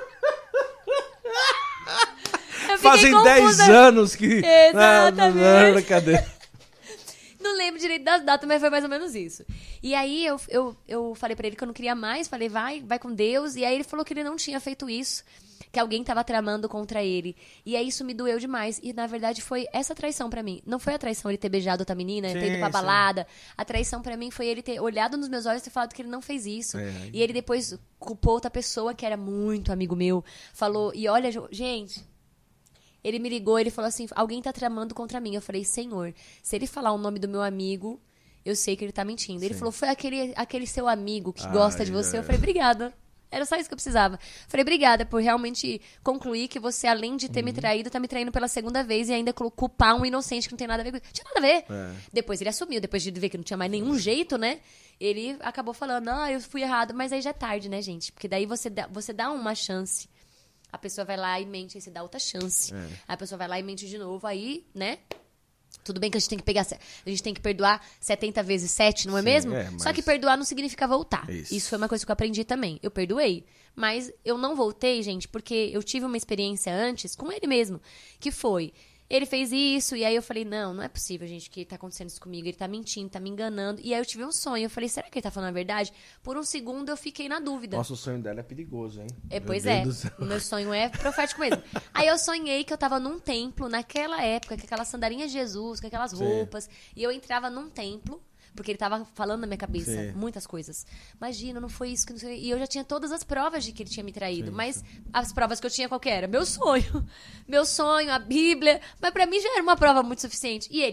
Fazem 10 anos que... Exatamente. Cadê? Não lembro direito das datas, mas foi mais ou menos isso. E aí eu falei pra ele que eu não queria mais, falei, vai com Deus. E aí ele falou que ele não tinha feito isso. que alguém tava tramando contra ele. E aí isso me doeu demais. E na verdade foi essa traição pra mim. Não foi a traição ele ter beijado outra menina, ter ido pra balada. A traição pra mim foi ele ter olhado nos meus olhos e ter falado que ele não fez isso. E ele depois culpou outra pessoa que era muito amigo meu. Falou, e olha, gente... Ele me ligou, ele falou assim, alguém tá tramando contra mim. Eu falei, Senhor, se ele falar o nome do meu amigo, eu sei que ele tá mentindo. Ele falou, foi aquele seu amigo que gosta de você. Eu falei, obrigada. Era só isso que eu precisava. Eu falei, obrigada por realmente concluir que você, além de ter me traído, tá me traindo pela segunda vez e ainda culpar um inocente que não tem nada a ver com isso. Não tinha nada a ver. Depois ele assumiu, depois de ver que não tinha mais nenhum jeito, né? Ele acabou falando, eu fui errado. Mas aí já é tarde, né, gente? Porque daí você dá uma chance. A pessoa vai lá e mente, aí você dá outra chance. Aí a pessoa vai lá e mente de novo, aí, né? Tudo bem que a gente tem que perdoar 70 vezes 7, não é mesmo? Mas... Só que perdoar não significa voltar. Isso foi uma coisa que eu aprendi também. Eu perdoei, mas eu não voltei, gente, porque eu tive uma experiência antes com ele mesmo, que foi... Ele fez isso, e aí eu falei, não é possível, gente, que tá acontecendo isso comigo. Ele tá mentindo, tá me enganando. E aí eu tive um sonho. Eu falei, será que ele tá falando a verdade? Por um segundo eu fiquei na dúvida. Nossa, o sonho dela é perigoso, hein? Pois é. O meu sonho é profético mesmo. Aí eu sonhei que eu tava num templo, naquela época, com aquelas sandalinhas de Jesus, com aquelas roupas. E eu entrava num templo, porque ele tava falando na minha cabeça muitas coisas. Imagina, não foi isso que não sei. E eu já tinha todas as provas de que ele tinha me traído. Mas as provas que eu tinha, qual que era? Meu sonho. Meu sonho, a Bíblia. Mas pra mim já era uma prova muito suficiente. E ele,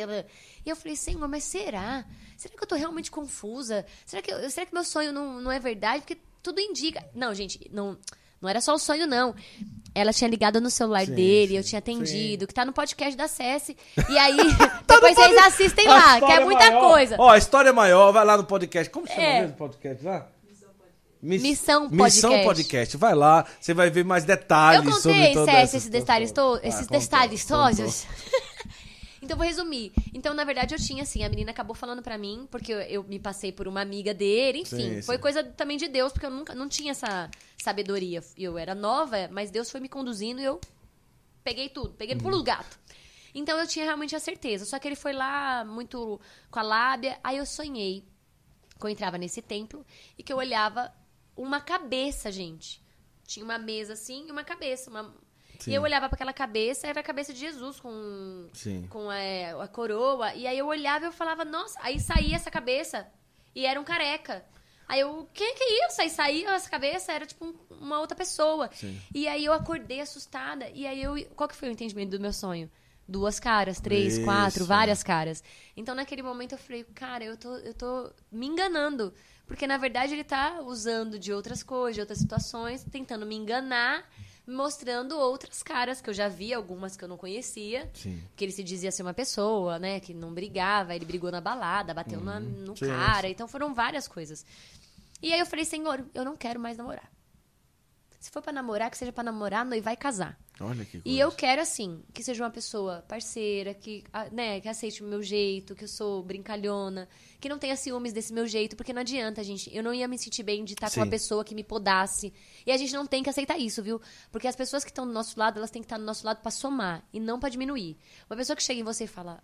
E eu falei, Senhor, mas será? Será que eu tô realmente confusa? Será que meu sonho não é verdade? Porque tudo indica... Não, gente, não era só o sonho, não. Ela tinha ligado no celular dele, eu tinha atendido, que tá no podcast da Cessi. E aí, depois vocês assistem lá, que é muita coisa. Ó, a história é maior, vai lá no podcast. Como chama mesmo o podcast lá? Missão Podcast. Vai lá, você vai ver mais detalhes sobre toda essa esses detalhes todos. Esses detalhes todos. Então, vou resumir. Então, na verdade, eu tinha, assim, a menina acabou falando pra mim, porque eu me passei por uma amiga dele, enfim. Foi coisa também de Deus, porque eu não tinha essa sabedoria. Eu era nova, mas Deus foi me conduzindo e eu peguei tudo. Peguei no pulo do gato. Então, eu tinha realmente a certeza. Só que ele foi lá, muito com a lábia. Aí eu sonhei que eu entrava nesse templo e que eu olhava uma cabeça, gente. Tinha uma mesa assim e uma cabeça, E eu olhava para aquela cabeça, era a cabeça de Jesus com a coroa. E aí eu olhava e eu falava, nossa, aí saía essa cabeça e era um careca. Aí eu, que é isso? Aí saía essa cabeça, era tipo uma outra pessoa. E aí eu acordei assustada. E aí qual que foi o entendimento do meu sonho? 2 caras, 3, 4, várias caras. Então naquele momento eu falei, cara, eu tô me enganando. Porque na verdade ele tá usando de outras coisas, de outras situações, tentando me enganar, mostrando outras caras, que eu já vi, algumas que eu não conhecia. Que ele se dizia ser uma pessoa, né, que não brigava, ele brigou na balada, bateu no cara. Então foram várias coisas. E aí eu falei, Senhor, eu não quero mais namorar. Se for pra namorar, que seja pra namorar, noivar e casar. Olha que coisa. E eu quero, assim, que seja uma pessoa parceira, que aceite o meu jeito, que eu sou brincalhona, que não tenha ciúmes desse meu jeito, porque não adianta, gente. Eu não ia me sentir bem de estar com uma pessoa que me podasse. E a gente não tem que aceitar isso, viu? Porque as pessoas que estão do nosso lado, elas têm que estar do nosso lado pra somar e não pra diminuir. Uma pessoa que chega em você e fala...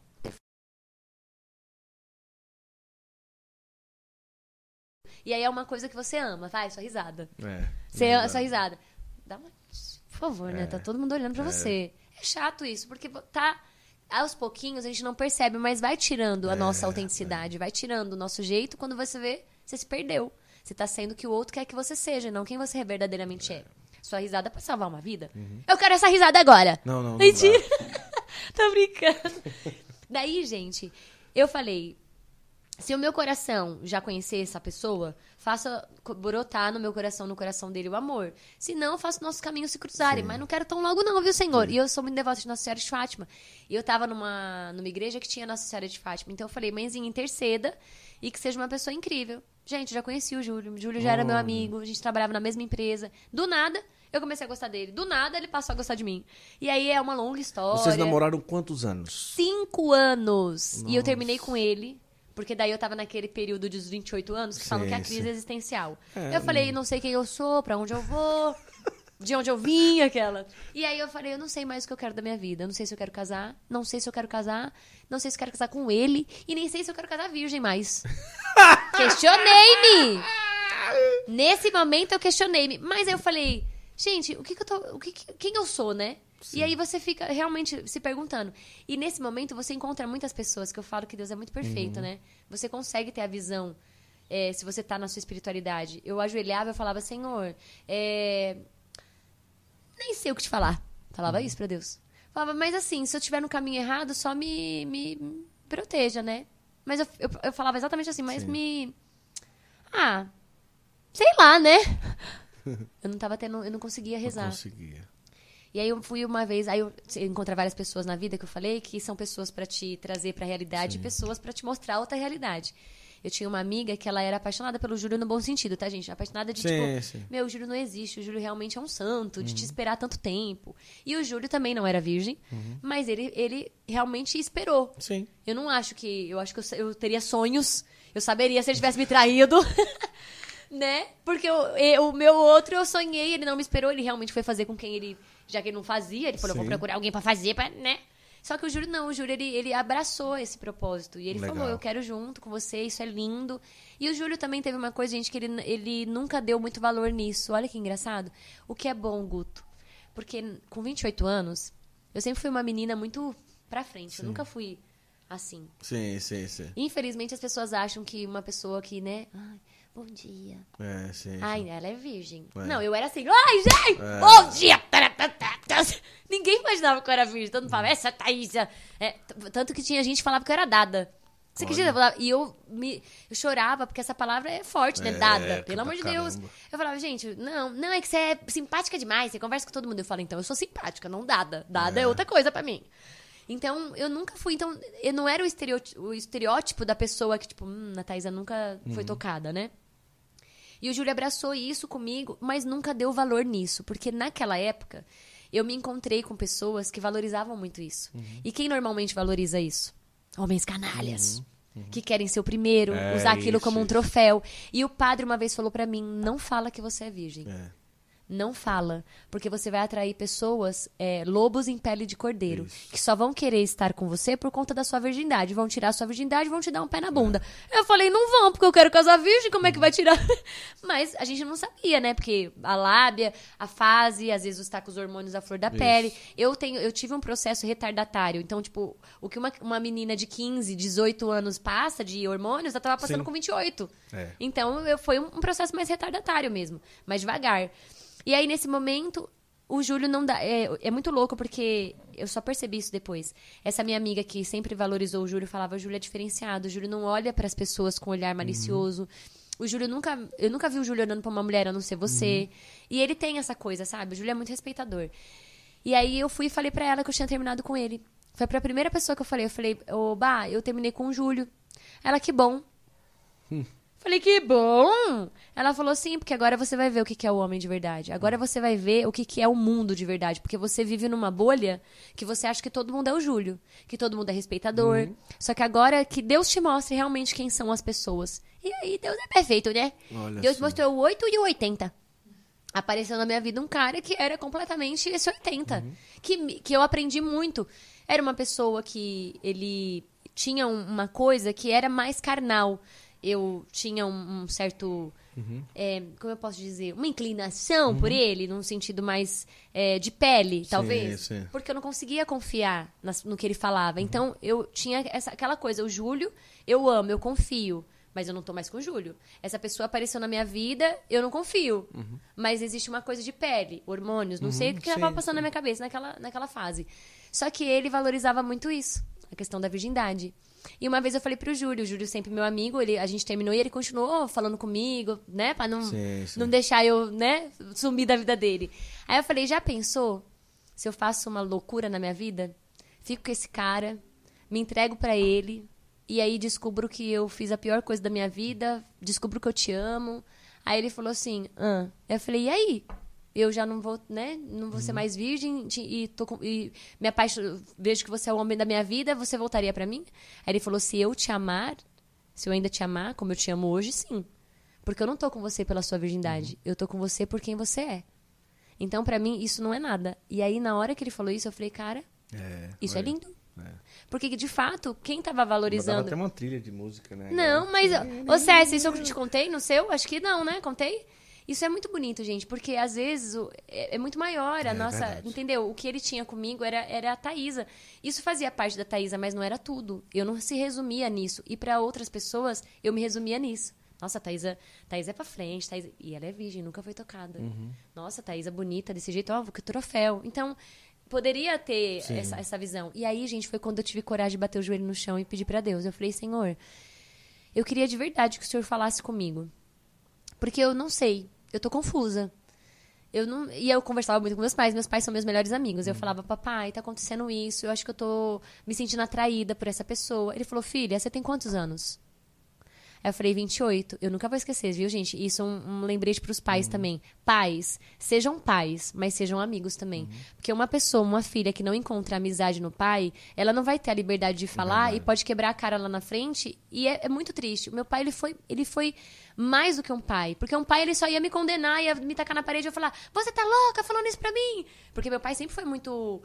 E aí é uma coisa que você ama, vai, sua risada. Sua risada. Dá uma... Por favor, né? Tá todo mundo olhando pra você. É chato isso, porque aos pouquinhos a gente não percebe, mas vai tirando a nossa autenticidade, vai tirando o nosso jeito. Quando você vê, você se perdeu. Você tá sendo o que o outro quer que você seja, não quem você verdadeiramente é. Sua risada pode salvar uma vida. Eu quero essa risada agora. Não. Mentira. Tô brincando. Daí, gente, eu falei... Se o meu coração já conhecer essa pessoa, faça brotar no meu coração, no coração dele o amor. Se não, faça nossos caminhos se cruzarem. Mas não quero tão logo não, viu, Senhor? E eu sou muito devota de Nossa Senhora de Fátima. E eu tava numa igreja que tinha Nossa Senhora de Fátima. Então eu falei, mãezinha, interceda e que seja uma pessoa incrível. Gente, já conheci o Júlio. O Júlio já era meu amigo. A gente trabalhava na mesma empresa. Do nada, eu comecei a gostar dele. Do nada, ele passou a gostar de mim. E aí é uma longa história. Vocês namoraram quantos anos? 5 anos. Nossa. E eu terminei com ele. Porque daí eu tava naquele período dos 28 anos que falam que é a crise existencial. Eu falei, não sei quem eu sou, pra onde eu vou, de onde eu vim, aquela. E aí eu falei, eu não sei mais o que eu quero da minha vida. Eu não sei se eu quero casar, não sei se eu quero casar, não sei se eu quero casar com ele, e nem sei se eu quero casar virgem mais. Questionei-me! Nesse momento eu questionei-me. Mas aí eu falei, gente, quem eu sou, né? Sim. E aí você fica realmente se perguntando. E nesse momento você encontra muitas pessoas, que eu falo que Deus é muito perfeito, né? Você consegue ter a visão, se você tá na sua espiritualidade. Eu ajoelhava e falava, Senhor, nem sei o que te falar. Falava isso pra Deus. Falava, mas assim, se eu estiver no caminho errado, só me proteja, né? Mas eu falava exatamente assim, mas Sim. Sei lá, né? Eu não conseguia rezar. Não conseguia. E aí eu fui uma vez, aí eu encontrei várias pessoas na vida que eu falei, que são pessoas pra te trazer pra realidade, Sim. e pessoas pra te mostrar outra realidade. Eu tinha uma amiga que ela era apaixonada pelo Júlio no bom sentido, tá, gente? Apaixonada de, sim. Meu, o Júlio não existe, o Júlio realmente é um santo, de te esperar tanto tempo. E o Júlio também não era virgem, mas ele realmente esperou. Sim. Eu acho que eu teria sonhos, eu saberia se ele tivesse me traído, né? Porque o meu outro eu sonhei, ele não me esperou, ele realmente foi fazer com quem ele, já que ele não fazia, ele falou, Sim. vou procurar alguém pra fazer, né? Só que o Júlio não, ele abraçou esse propósito. E ele Legal. Falou, eu quero junto com você, isso é lindo. E o Júlio também teve uma coisa, gente, que ele nunca deu muito valor nisso. Olha que engraçado. O que é bom, Guto? Porque com 28 anos, eu sempre fui uma menina muito pra frente. Sim. Eu nunca fui assim. Sim. Infelizmente, as pessoas acham que uma pessoa que, né... Ai, bom dia. Sim. Ai, ela é virgem. Não, eu era assim, ai, gente, bom dia. Ninguém imaginava que eu era virgem. Todo mundo falava, essa Thaís. Tanto que tinha gente que falava que eu era dada. Você acredita? E eu chorava, porque essa palavra é forte, né? Dada. Pelo amor de Deus. Eu falava, gente, não, é que você é simpática demais. Você conversa com todo mundo. Eu falo, então, eu sou simpática, não dada. Dada é outra coisa pra mim. Então, eu nunca fui... Então, eu não era o estereótipo da pessoa que, tipo, a Thaisa nunca foi tocada, né? E o Júlio abraçou isso comigo, mas nunca deu valor nisso. Porque naquela época, eu me encontrei com pessoas que valorizavam muito isso. E quem normalmente valoriza isso? Homens canalhas. Que querem ser o primeiro, usar aquilo como um troféu. E o padre uma vez falou pra mim, não fala que você é virgem. Não fala, porque você vai atrair pessoas, lobos em pele de cordeiro, que só vão querer estar com você por conta da sua virgindade. Vão tirar a sua virgindade e vão te dar um pé na bunda. Eu falei, não vão, porque eu quero casar virgem, como é que vai tirar? Mas a gente não sabia, né? Porque a lábia, a fase, às vezes está com os hormônios à flor da pele. Eu tive um processo retardatário. Então, tipo, o que uma menina de 15, 18 anos passa de hormônios, eu tava passando com 28. Então, foi um processo mais retardatário mesmo, mais devagar. E aí, nesse momento, o Júlio não dá... É muito louco, porque eu só percebi isso depois. Essa minha amiga que sempre valorizou o Júlio falava, o Júlio é diferenciado, o Júlio não olha para as pessoas com um olhar malicioso. O Júlio eu nunca vi o Júlio olhando para uma mulher a não ser você. E ele tem essa coisa, sabe? O Júlio é muito respeitador. E aí, eu fui e falei pra ela que eu tinha terminado com ele. Foi pra primeira pessoa que eu falei. Eu falei, eu terminei com o Júlio. Ela, que bom. Falei, que bom! Ela falou, sim, porque agora você vai ver o que é o homem de verdade. Agora você vai ver o que é o mundo de verdade. Porque você vive numa bolha que você acha que todo mundo é o Júlio. Que todo mundo é respeitador. Só que agora que Deus te mostre realmente quem são as pessoas. E aí, Deus é perfeito, né? Olha Deus só. mostrou o 8 e o 80. Apareceu na minha vida um cara que era completamente esse 80. Que eu aprendi muito. Era uma pessoa que ele tinha uma coisa que era mais carnal. Eu tinha um certo, como eu posso dizer, uma inclinação por ele, num sentido mais de pele, talvez. Sim. Porque eu não conseguia confiar no que ele falava. Então, eu tinha aquela coisa, o Júlio, eu amo, eu confio, mas eu não tô mais com o Júlio. Essa pessoa apareceu na minha vida, eu não confio. Mas existe uma coisa de pele, hormônios, não sei o que estava passando na minha cabeça naquela fase. Só que ele valorizava muito isso, a questão da virgindade. E uma vez eu falei pro Júlio, o Júlio sempre meu amigo, a gente terminou e ele continuou falando comigo, né? Pra não deixar eu, né, sumir da vida dele. Aí eu falei, já pensou se eu faço uma loucura na minha vida? Fico com esse cara, me entrego pra ele, e aí descubro que eu fiz a pior coisa da minha vida, descubro que eu te amo. Aí ele falou assim, Eu falei, e aí? Eu já não vou, né? Não vou ser mais virgem e me apaixono, vejo que você é o homem da minha vida, você voltaria pra mim? Aí ele falou, se eu ainda te amar, como eu te amo hoje, sim. Porque eu não tô com você pela sua virgindade, eu tô com você por quem você é. Então, pra mim, isso não é nada. E aí, na hora que ele falou isso, eu falei, cara, isso é lindo. Porque, de fato, quem tava valorizando... Dava até uma trilha de música, né? Não, mas... Ô, César, isso eu te contei no seu? Acho que não, né? Contei? Isso é muito bonito, gente, porque às vezes é muito maior a nossa... verdade. Entendeu? O que ele tinha comigo era a Thaísa. Isso fazia parte da Thaísa, mas não era tudo. Eu não se resumia nisso. E para outras pessoas, eu me resumia nisso. Nossa, a Thaísa é pra frente. E ela é virgem, nunca foi tocada. Nossa, a Thaísa bonita desse jeito. Ó, que troféu. Então, poderia ter essa visão. E aí, gente, foi quando eu tive coragem de bater o joelho no chão e pedir pra Deus. Eu falei, Senhor, eu queria de verdade que o Senhor falasse comigo. Porque eu não sei. Eu tô confusa. E eu conversava muito com meus pais são meus melhores amigos. Eu falava, papai, tá acontecendo isso, eu acho que eu tô me sentindo atraída por essa pessoa. Ele falou, filha, você tem quantos anos? Aí eu falei, 28. Eu nunca vou esquecer, viu, gente? Isso é um lembrete pros pais também. Pais, sejam pais, mas sejam amigos também. Porque uma pessoa, uma filha que não encontra amizade no pai, ela não vai ter a liberdade de falar e pode quebrar a cara lá na frente. E é muito triste. O meu pai, ele foi mais do que um pai. Porque um pai, ele só ia me condenar, ia me tacar na parede e ia falar, você tá louca falando isso pra mim? Porque meu pai sempre foi muito...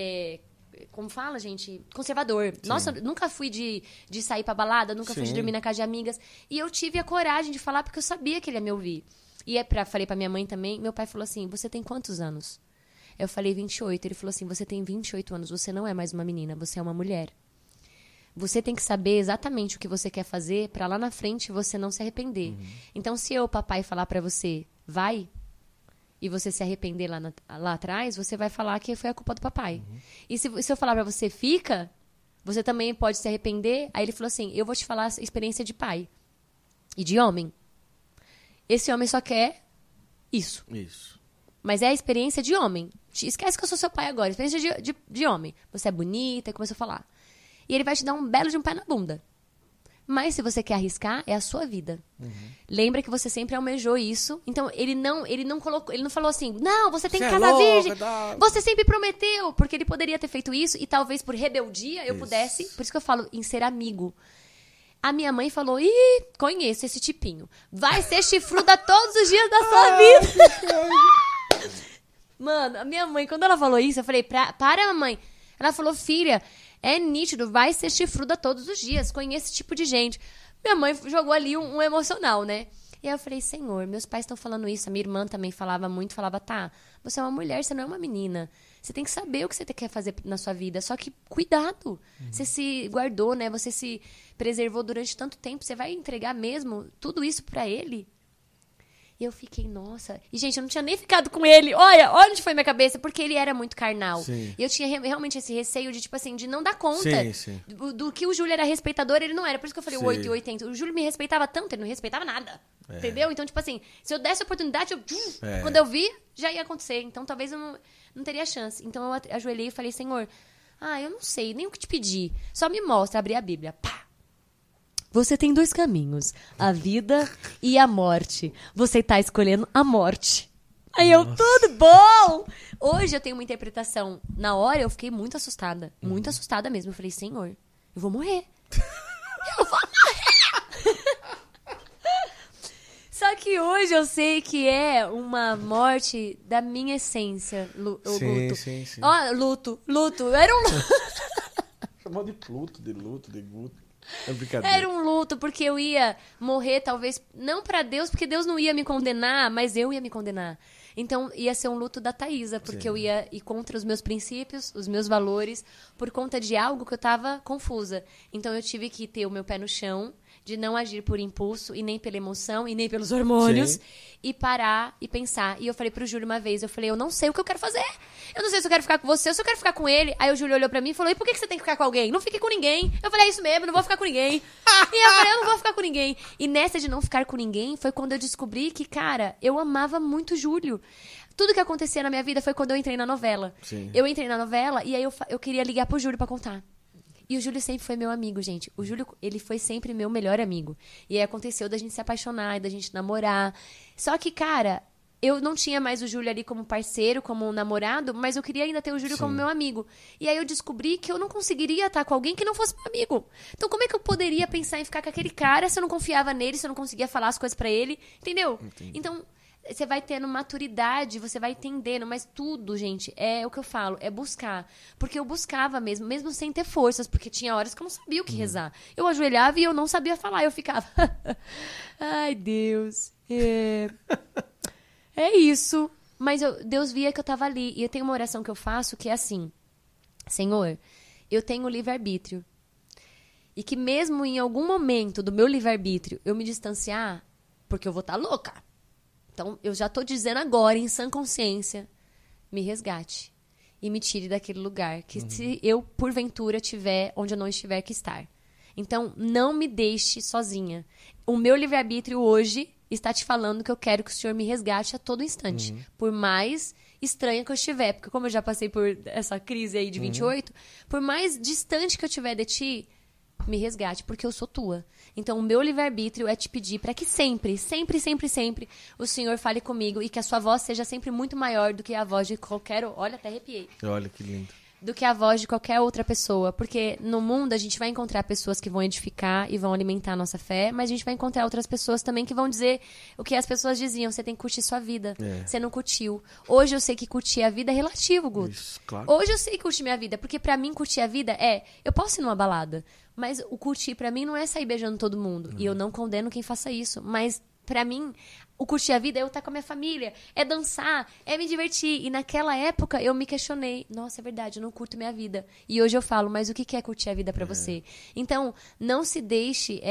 como fala, gente? Conservador. Sim. Nossa, eu nunca fui de sair pra balada, nunca fui de dormir na casa de amigas. E eu tive a coragem de falar porque eu sabia que ele ia me ouvir. E falei pra minha mãe também. Meu pai falou assim, você tem quantos anos? Eu falei 28. Ele falou assim, você tem 28 anos, você não é mais uma menina, você é uma mulher. Você tem que saber exatamente o que você quer fazer pra lá na frente você não se arrepender. Então, se eu, papai, falar pra você, vai... e você se arrepender lá atrás, você vai falar que foi a culpa do papai. E se eu falar pra você, fica, você também pode se arrepender. Aí ele falou assim, eu vou te falar a experiência de pai e de homem. Esse homem só quer isso. Mas é a experiência de homem. Esquece que eu sou seu pai agora. Experiência de homem. Você é bonita, e começou a falar. E ele vai te dar um belo de um pé na bunda. Mas se você quer arriscar, é a sua vida. Lembra que você sempre almejou isso. Então, ele não falou assim, não, você tem que casar virgem. Você sempre prometeu. Porque ele poderia ter feito isso e talvez por rebeldia eu pudesse. Por isso que eu falo em ser amigo. A minha mãe falou, conheço esse tipinho. Vai ser chifruda todos os dias da sua vida. Mano, a minha mãe, quando ela falou isso, eu falei, para, mamãe. Ela falou, filha... é nítido, vai ser chifruda todos os dias. Conheço esse tipo de gente. Minha mãe jogou ali um emocional, né? E aí eu falei, Senhor, meus pais estão falando isso. A minha irmã também falava muito. Falava, tá, você é uma mulher, você não é uma menina. Você tem que saber o que você quer fazer na sua vida. Só que cuidado. Você se guardou, né? Você se preservou durante tanto tempo. Você vai entregar mesmo tudo isso pra ele? E eu fiquei, nossa... E, gente, eu não tinha nem ficado com ele. Olha onde foi minha cabeça. Porque ele era muito carnal. Sim. E eu tinha realmente esse receio de, tipo assim, de não dar conta. Sim. Do que o Júlio era respeitador, ele não era. Por isso que eu falei o 8 e 80. O Júlio me respeitava tanto, ele não respeitava nada. Entendeu? Então, tipo assim, se eu desse a oportunidade, quando eu vi, já ia acontecer. Então, talvez eu não teria chance. Então, eu ajoelhei e falei, Senhor, eu não sei nem o que te pedir. Só me mostra, abri a Bíblia. Pá! Você tem 2 caminhos, a vida e a morte. Você tá escolhendo a morte. Aí eu, tudo bom! Hoje eu tenho uma interpretação. Na hora eu fiquei muito assustada. Muito assustada mesmo. Eu falei, Senhor, eu vou morrer. Eu vou morrer! Só que hoje eu sei que é uma morte da minha essência, luto. Sim. Ó, luto. Era um luto. Chamou de Pluto, de luto, de guto. É brincadeira. Era um luto, porque eu ia morrer, talvez, não pra Deus, porque Deus não ia me condenar, mas eu ia me condenar. Então, ia ser um luto da Thaísa, porque eu ia ir contra os meus princípios, os meus valores, por conta de algo que eu tava confusa. Então, eu tive que ter o meu pé no chão, de não agir por impulso, e nem pela emoção, e nem pelos hormônios, e parar e pensar. E eu falei pro Júlio uma vez, eu não sei o que eu quero fazer. Eu não sei se eu quero ficar com você ou se eu quero ficar com ele. Aí o Júlio olhou pra mim e falou, e por que você tem que ficar com alguém? Não fique com ninguém. Eu falei, é isso mesmo, não vou ficar com ninguém. E eu falei, eu não vou ficar com ninguém. E nessa de não ficar com ninguém, foi quando eu descobri que, cara, eu amava muito o Júlio. Tudo que acontecia na minha vida foi quando eu entrei na novela. Eu entrei na novela e aí eu queria ligar pro Júlio pra contar. E o Júlio sempre foi meu amigo, gente. O Júlio, ele foi sempre meu melhor amigo. E aí aconteceu da gente se apaixonar, da gente namorar. Só que, cara, eu não tinha mais o Júlio ali como parceiro, como um namorado, mas eu queria ainda ter o Júlio como meu amigo. E aí eu descobri que eu não conseguiria estar com alguém que não fosse meu amigo. Então como é que eu poderia pensar em ficar com aquele cara se eu não confiava nele, se eu não conseguia falar as coisas pra ele? Entendeu? Entendi. Então... você vai tendo maturidade, você vai entendendo, mas tudo, gente, é o que eu falo, é buscar. Porque eu buscava mesmo sem ter forças, porque tinha horas que eu não sabia o que rezar. Eu ajoelhava e eu não sabia falar, eu ficava... Ai, Deus. É isso. Mas Deus via que eu tava ali. E eu tenho uma oração que eu faço que é assim: Senhor, eu tenho livre-arbítrio. E que mesmo em algum momento do meu livre-arbítrio eu me distanciar, porque eu vou estar louca. Então, eu já tô dizendo agora, em sã consciência, me resgate. E me tire daquele lugar. Que se eu, porventura, estiver onde eu não estiver que estar. Então, não me deixe sozinha. O meu livre-arbítrio hoje está te falando que eu quero que o Senhor me resgate a todo instante. Por mais estranha que eu estiver. Porque como eu já passei por essa crise aí de 28, por mais distante que eu estiver de ti, me resgate, porque eu sou tua. Então, o meu livre-arbítrio é te pedir para que sempre, sempre, sempre, sempre, o Senhor fale comigo e que a sua voz seja sempre muito maior do que a voz de qualquer... Olha, até arrepiei. Olha que lindo. Do que a voz de qualquer outra pessoa. Porque no mundo a gente vai encontrar pessoas que vão edificar e vão alimentar a nossa fé, mas a gente vai encontrar outras pessoas também que vão dizer o que as pessoas diziam: você tem que curtir sua vida. Você não curtiu. Hoje eu sei que curtir a vida é relativo, Guto. Isso, claro. Hoje eu sei curtir minha vida, porque pra mim curtir a vida eu posso ir numa balada, mas o curtir pra mim não é sair beijando todo mundo. E eu não condeno quem faça isso, mas pra mim, o curtir a vida é eu estar com a minha família, é dançar, é me divertir. E naquela época eu me questionei: nossa, é verdade, eu não curto minha vida. E hoje eu falo: mas o que é curtir a vida pra você? Então, não se deixe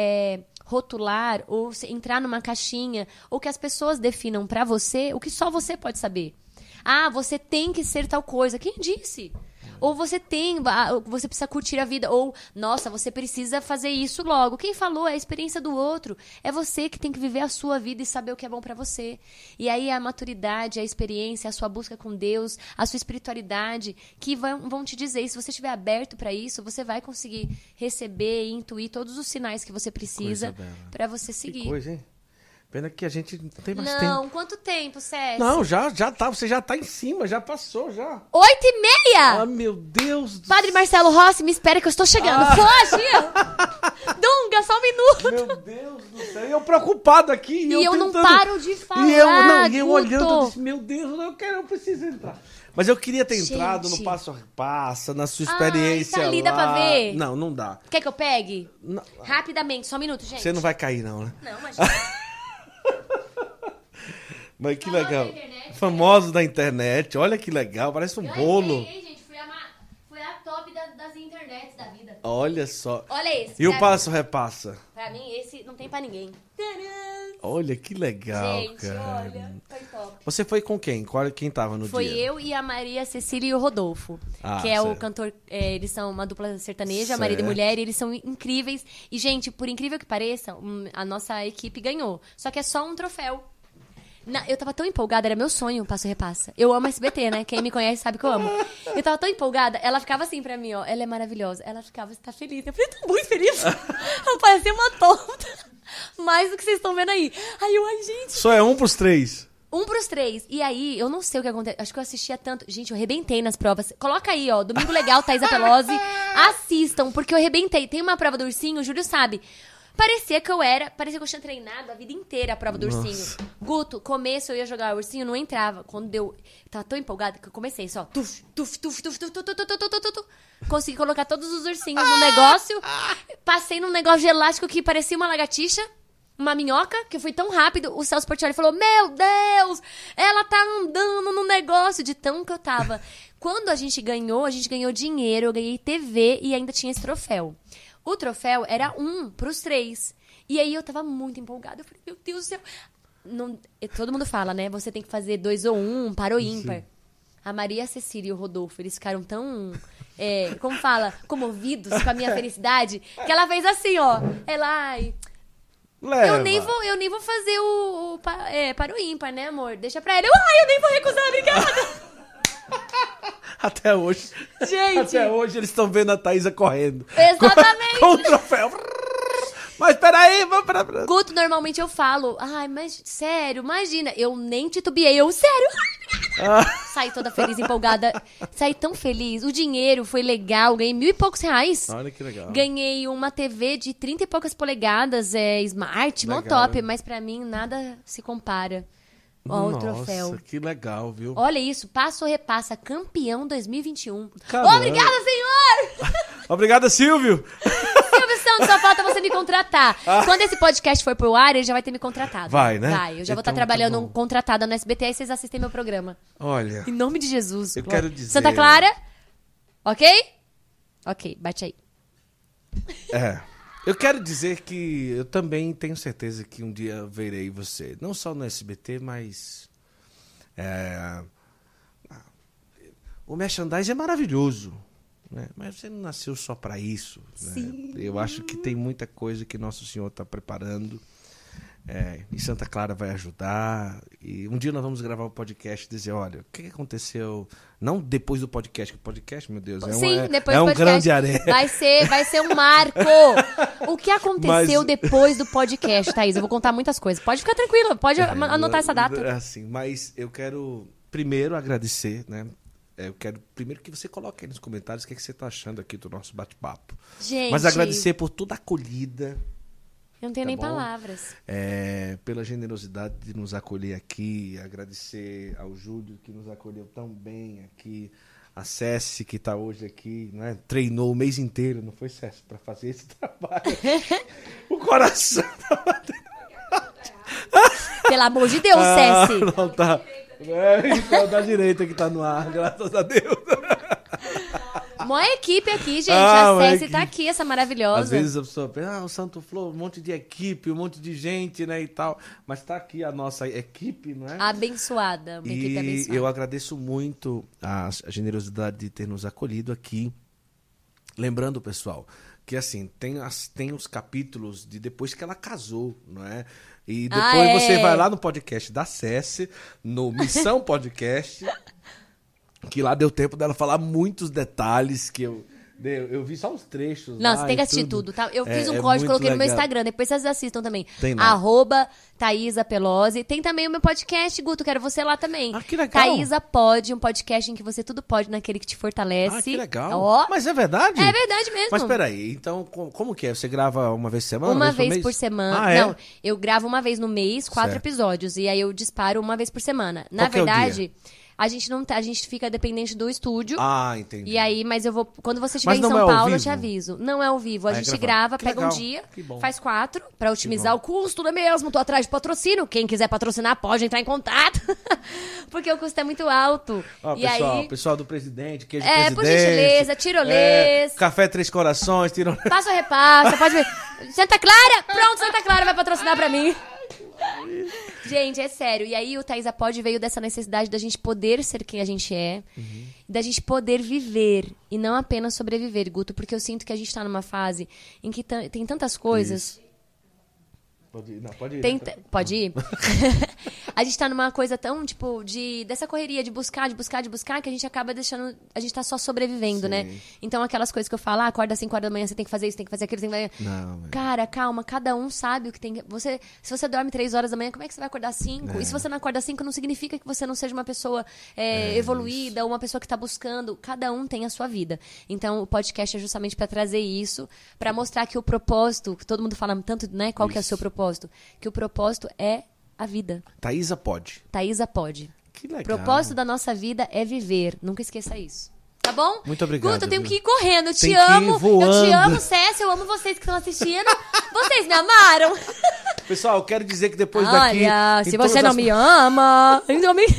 rotular ou entrar numa caixinha, ou que as pessoas definam pra você o que só você pode saber. Ah, você tem que ser tal coisa. Quem disse? Ou você precisa curtir a vida. Ou, nossa, você precisa fazer isso logo. Quem falou? É a experiência do outro. É você que tem que viver a sua vida e saber o que é bom pra você. E aí a maturidade, a experiência, a sua busca com Deus, a sua espiritualidade, que vão te dizer. E se você estiver aberto pra isso, você vai conseguir receber e intuir todos os sinais que você precisa pra você seguir. Que coisa, hein? Pena que a gente não tem mais tempo. Não, quanto tempo, César? Não, já tá. Você já tá em cima, já passou, já. 8h30! Ah, meu Deus do Padre Marcelo Rossi, me espera que eu estou chegando. Foge! Dunga, só um minuto. Meu Deus do céu. E eu preocupado aqui. E eu tentando... não paro de falar, E eu olhando, eu disse: meu Deus, eu preciso entrar. Mas eu queria ter entrado no passo a passo, na sua experiência. Tá ali, dá pra ver? Não dá. Quer que eu pegue? Não. Rapidamente, só um minuto, gente. Você não vai cair, não, né? Não, mas... Mas que legal. Famoso da internet. Olha que legal, parece um bolo. Entrei, gente. Fui a top das internets da vida. Olha só. Olha esse. E o passo repassa? Pra mim, esse não tem pra ninguém. Tcharam! Olha que legal, gente, cara. olha, foi top. Você foi com quem? Quem tava no Foi dia? eu e a Maria Cecília e o Rodolfo, que é certo. o cantor. Eles são uma dupla sertaneja, marido e mulher, e eles são incríveis. E, gente, por incrível que pareça, a nossa equipe ganhou. Só que é só um troféu. Eu tava tão empolgada, era meu sonho, Passo Repassa. Eu amo SBT, né? Quem me conhece sabe que eu amo. Eu tava tão empolgada, ela ficava assim pra mim, ó. Ela é maravilhosa. Ela ficava: você tá feliz? Eu falei: tô muito feliz. Eu parecia uma tonta. Mais do que vocês estão vendo aí. Aí eu: ai, gente. Só é 1 pros 3. 1 pros 3. E aí, eu não sei o que acontece. Acho que eu assistia tanto. Gente, eu arrebentei nas provas. Coloca aí, ó. Domingo Legal, Thaisa Pelosi. Assistam, porque eu arrebentei. Tem uma prova do ursinho, o Júlio sabe. Parecia que eu tinha treinado a vida inteira a prova do ursinho. Guto, começo eu ia jogar ursinho, não entrava. Quando eu tava tão empolgada que eu comecei só tuf, tuf, tuf, tuf, tuf, tuf, tuf, tuf, tuf, tuf. Consegui colocar todos os ursinhos no negócio. Passei num negócio de elástico que parecia uma lagartixa, uma minhoca, que eu fui tão rápido. O Celso Portiolli falou: meu Deus, ela tá andando no negócio, de tão que eu tava. Quando a gente ganhou dinheiro, eu ganhei TV e ainda tinha esse troféu. O troféu era 1 pros 3. E aí eu tava muito empolgada. Eu falei: meu Deus do céu. Não, todo mundo fala, né? Você tem que fazer 2 ou 1, par ou ímpar. Sim. A Maria Cecília e o Rodolfo, eles ficaram tão, como fala, comovidos com a minha felicidade, que ela fez assim, ó. Ela, ai... Leva. Eu nem vou fazer par ou ímpar, né, amor? Deixa pra ela. Eu nem vou recusar, obrigada. Até hoje. Gente. Até hoje eles estão vendo a Thaisa correndo. Exatamente. Com o troféu. Mas peraí, peraí. Guto, normalmente eu falo: ai, mas sério, imagina. Eu nem titubeei. Sério. Saí toda feliz, empolgada. Saí tão feliz. O dinheiro foi legal. Ganhei R$1.000 e poucos. Olha que legal. Ganhei uma TV de 30 e poucas polegadas, Smart, mó top. Mas pra mim, nada se compara. Ó, o troféu. Nossa, que legal, viu? Olha isso, Passo Repassa, campeão 2021. Caramba. Obrigada, senhor! Obrigada, Silvio! Silvio Então, só falta você me contratar. Quando esse podcast for pro ar, ele já vai ter me contratado. Vai, né? Vai, eu já vou estar Então, trabalhando tá bom. contratada no SBT, aí vocês assistem meu programa. Olha, Em nome de Jesus. eu quero dizer... Santa Clara? Ok? Ok, bate aí. Eu quero dizer que eu também tenho certeza que um dia verei você. Não só no SBT, mas... O merchandising é maravilhoso, né? Mas você não nasceu só para isso, né? Sim. Eu acho que tem muita coisa que Nosso Senhor está preparando. E Santa Clara vai ajudar. E um dia nós vamos gravar um podcast e dizer, olha, o que aconteceu? Não depois do podcast, que o podcast, meu Deus, Depois é do um podcast. grande areia. Vai ser um marco. O que aconteceu depois do podcast, Thaís? Eu vou contar muitas coisas. Pode ficar tranquila, pode anotar essa data. Assim, mas eu quero primeiro agradecer, né? Eu quero primeiro que você coloque aí nos comentários o que você está achando aqui do nosso bate-papo. Gente, Mas agradecer por toda a acolhida. eu não tenho Tá nem bom? palavras. Pela generosidade de nos acolher aqui, agradecer ao Júlio que nos acolheu tão bem aqui, a Cessi que está hoje aqui, né? Treinou o mês inteiro, não foi, Cessi, para fazer esse trabalho. O coração tá batendo. Pelo amor de Deus, Cessi. Não tá. Então da direita que tá no ar, graças a Deus. Mó equipe aqui, gente. Ah, A uma Cessi equipe. tá aqui, essa maravilhosa. Às vezes a pessoa pensa, o Santo Flow, um monte de equipe, um monte de gente, né, e tal. Mas tá aqui a nossa equipe, não é? Abençoada. Uma equipe E abençoada. eu agradeço muito a generosidade de ter nos acolhido aqui. Lembrando, pessoal, que assim, tem os capítulos de depois que ela casou, não é? E depois você vai lá no podcast da Cessi, no Missão Podcast, que lá deu tempo dela falar muitos detalhes que eu vi só uns trechos. Não, lá você tem que e assistir tudo, tá? Eu fiz um é código, muito coloquei no meu legal. Instagram. Depois vocês assistam também. Tem lá. @Thaisa Pelosi. Tem também o meu podcast, Guto. Quero você lá também. Ah, que legal. Thaisa Pode, um podcast em que você tudo pode, naquele que te fortalece. Ah, que legal. Ó, Mas é verdade? é verdade mesmo. Mas peraí, então como que é? Você grava uma vez por semana? Uma vez mês? por semana. Ah, é? Não, eu gravo uma vez no mês, 4 Certo. episódios. E aí eu disparo uma vez por semana. Na Qual que é o verdade, a gente fica dependente do estúdio. Ah, entendi. E aí, mas eu vou. Quando você estiver Mas em não São é ao Paulo, eu vivo? te aviso. Não é ao vivo. A Ah, é gente gravado. grava, Que pega legal. um dia, Que bom. faz 4, pra otimizar o custo, não é mesmo? Tô atrás de patrocínio. Quem quiser patrocinar, pode entrar em contato. Porque o custo é muito alto. Ó, e pessoal, aí. pessoal do presidente, queijo presidente. Por gentileza, tirolês. Café Três Corações, tirolês. Passa ou repassa, pode ver. Santa Clara! Pronto, Santa Clara vai patrocinar pra mim. Gente, é sério. E aí o Thaisa Pode veio dessa necessidade da gente poder ser quem a gente é. Da gente poder viver. E não apenas sobreviver, Guto. Porque eu sinto que a gente tá numa fase em que tem tantas coisas... Pode ir, não, pode ir. Pode ir? A gente tá numa coisa tão, tipo, dessa correria de buscar, que a gente acaba deixando. A gente tá só sobrevivendo, Sim. né? Então, aquelas coisas que eu falo, acorda às 5 horas da manhã, você tem que fazer isso, tem que fazer aquilo, tem que fazer. Não, Cara, calma, cada um sabe o que tem que. Se você dorme 3 horas da manhã, como é que você vai acordar às 5? E se você não acorda às 5, não significa que você não seja uma pessoa evoluída, ou uma pessoa que tá buscando. Cada um tem a sua vida. Então, o podcast é justamente pra trazer isso, pra mostrar que o propósito, que todo mundo fala tanto, né? Qual que é o seu propósito? Que o propósito é a vida. Thaisa Pode. Thaisa Pode. Que legal. O propósito da nossa vida é viver. Nunca esqueça isso. Tá bom? Muito obrigado, Guto, eu tenho viu? que ir correndo. Eu Tem te que ir amo. Eu voando. te amo, Cécia. Eu amo vocês que estão assistindo. Vocês me amaram. Pessoal, eu quero dizer que depois daqui... Olha, em se todas você não as- me ama... Então me...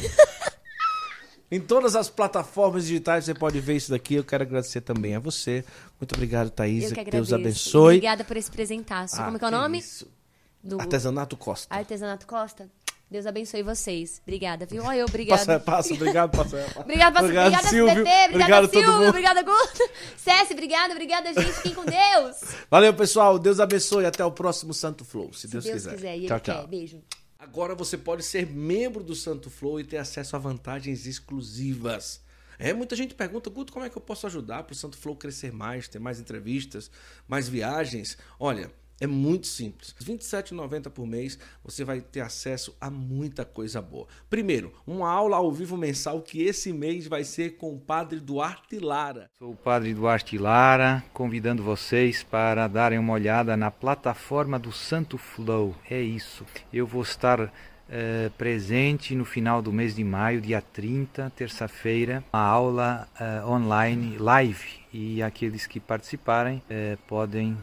Em todas as plataformas digitais você pode ver isso daqui. Eu quero agradecer também a você. Muito obrigado, Thaisa. Eu que Deus agradeço. abençoe. Obrigada por esse presentaço. Como que é o nome? Isso. Do Artesanato Costa. Artesanato Costa. Deus abençoe vocês. Obrigada, viu? Olha eu, obrigada. Passa. Obrigado, passa. Obrigada, obrigada Silvio. SBT, Obrigado obrigada a todo Silvio, mundo. obrigada Guto. Cési, obrigada gente, fiquem com Deus. Valeu, pessoal. Deus abençoe. Até o próximo Santo Flow, se Deus Se Deus quiser. quiser, e Tchau, Ele tchau. quer. Beijo. Agora você pode ser membro do Santo Flow e ter acesso a vantagens exclusivas. Muita gente pergunta, Guto, como é que eu posso ajudar para o Santo Flow crescer mais, ter mais entrevistas, mais viagens? Olha, é muito simples. R$ 27,90 por mês, você vai ter acesso a muita coisa boa. Primeiro, uma aula ao vivo mensal que esse mês vai ser com o Padre Duarte Lara. Sou o Padre Duarte Lara, convidando vocês para darem uma olhada na plataforma do Santo Flow. É isso. Eu vou estar presente no final do mês de maio, dia 30, terça-feira, uma aula online, live. E aqueles que participarem podem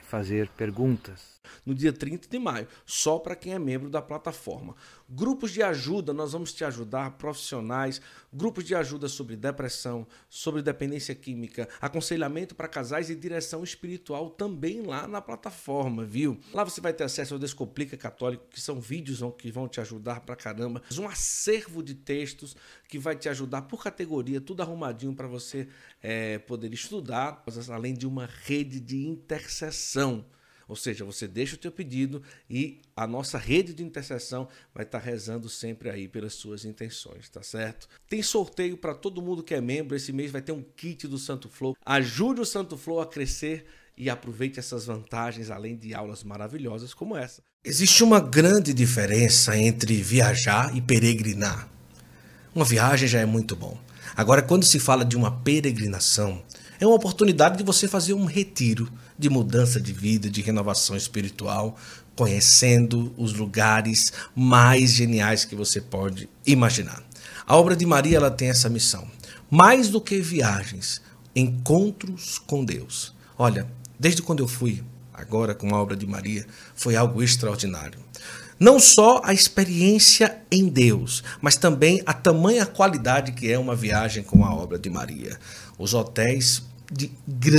fazer perguntas. No dia 30 de maio, só para quem é membro da plataforma. Grupos de ajuda, nós vamos te ajudar, profissionais, grupos de ajuda sobre depressão, sobre dependência química, aconselhamento para casais e direção espiritual também lá na plataforma, viu? Lá você vai ter acesso ao Descomplica Católico, que são vídeos que vão te ajudar pra caramba, um acervo de textos que vai te ajudar por categoria, tudo arrumadinho para você poder estudar, além de uma rede de intercessão. Ou seja, você deixa o teu pedido e a nossa rede de intercessão vai estar rezando sempre aí pelas suas intenções, tá certo? Tem sorteio para todo mundo que é membro. Esse mês vai ter um kit do Santo Flow. Ajude o Santo Flow a crescer e aproveite essas vantagens, além de aulas maravilhosas como essa. Existe uma grande diferença entre viajar e peregrinar. Uma viagem já é muito bom. Agora, quando se fala de uma peregrinação, é uma oportunidade de você fazer um retiro de mudança de vida, de renovação espiritual, conhecendo os lugares mais geniais que você pode imaginar. A Obra de Maria ela tem essa missão. Mais do que viagens, encontros com Deus. Olha, desde quando eu fui agora com a Obra de Maria, foi algo extraordinário. Não só a experiência em Deus, mas também a tamanha qualidade que é uma viagem com a Obra de Maria. Os hotéis de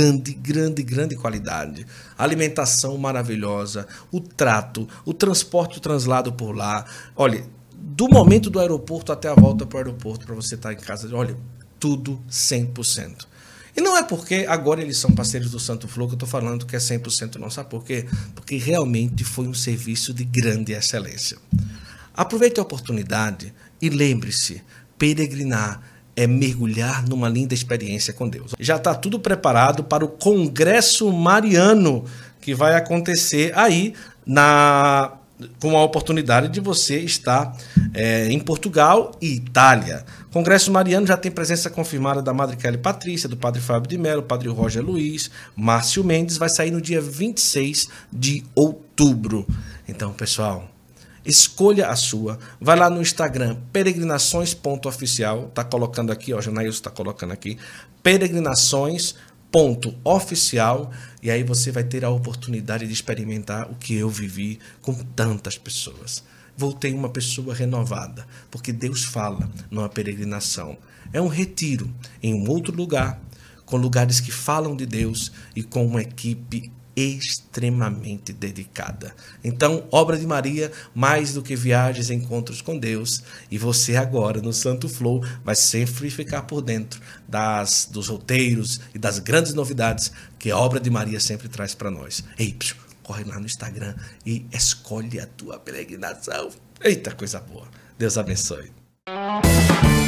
grande qualidade, a alimentação maravilhosa, o trato, o transporte, o translado por lá. Olha, do momento do aeroporto até a volta para o aeroporto, para você estar em casa, olha, tudo 100%. E não é porque agora eles são parceiros do Santo Flow que eu estou falando que é 100% não. Sabe por quê? Porque realmente foi um serviço de grande excelência. Aproveite a oportunidade e lembre-se, peregrinar é mergulhar numa linda experiência com Deus. Já está tudo preparado para o Congresso Mariano, que vai acontecer aí com a oportunidade de você estar em Portugal e Itália. O Congresso Mariano já tem presença confirmada da Madre Kelly Patrícia, do Padre Fábio de Mello, Padre Roger Luiz, Márcio Mendes. Vai sair no dia 26 de outubro. Então, pessoal, escolha a sua. Vai lá no Instagram, peregrinações.oficial. Está colocando aqui, ó, Janaílson está colocando aqui, peregrinações.oficial. E aí você vai ter a oportunidade de experimentar o que eu vivi com tantas pessoas. Voltei uma pessoa renovada, porque Deus fala numa peregrinação. É um retiro em um outro lugar, com lugares que falam de Deus e com uma equipe extremamente dedicada. Então, Obra de Maria, mais do que viagens, encontros com Deus. E você agora, no Santo Flow, vai sempre ficar por dentro dos roteiros e das grandes novidades que a Obra de Maria sempre traz para nós. Ei, corre lá no Instagram e escolhe a tua peregrinação. Eita, coisa boa. Deus abençoe.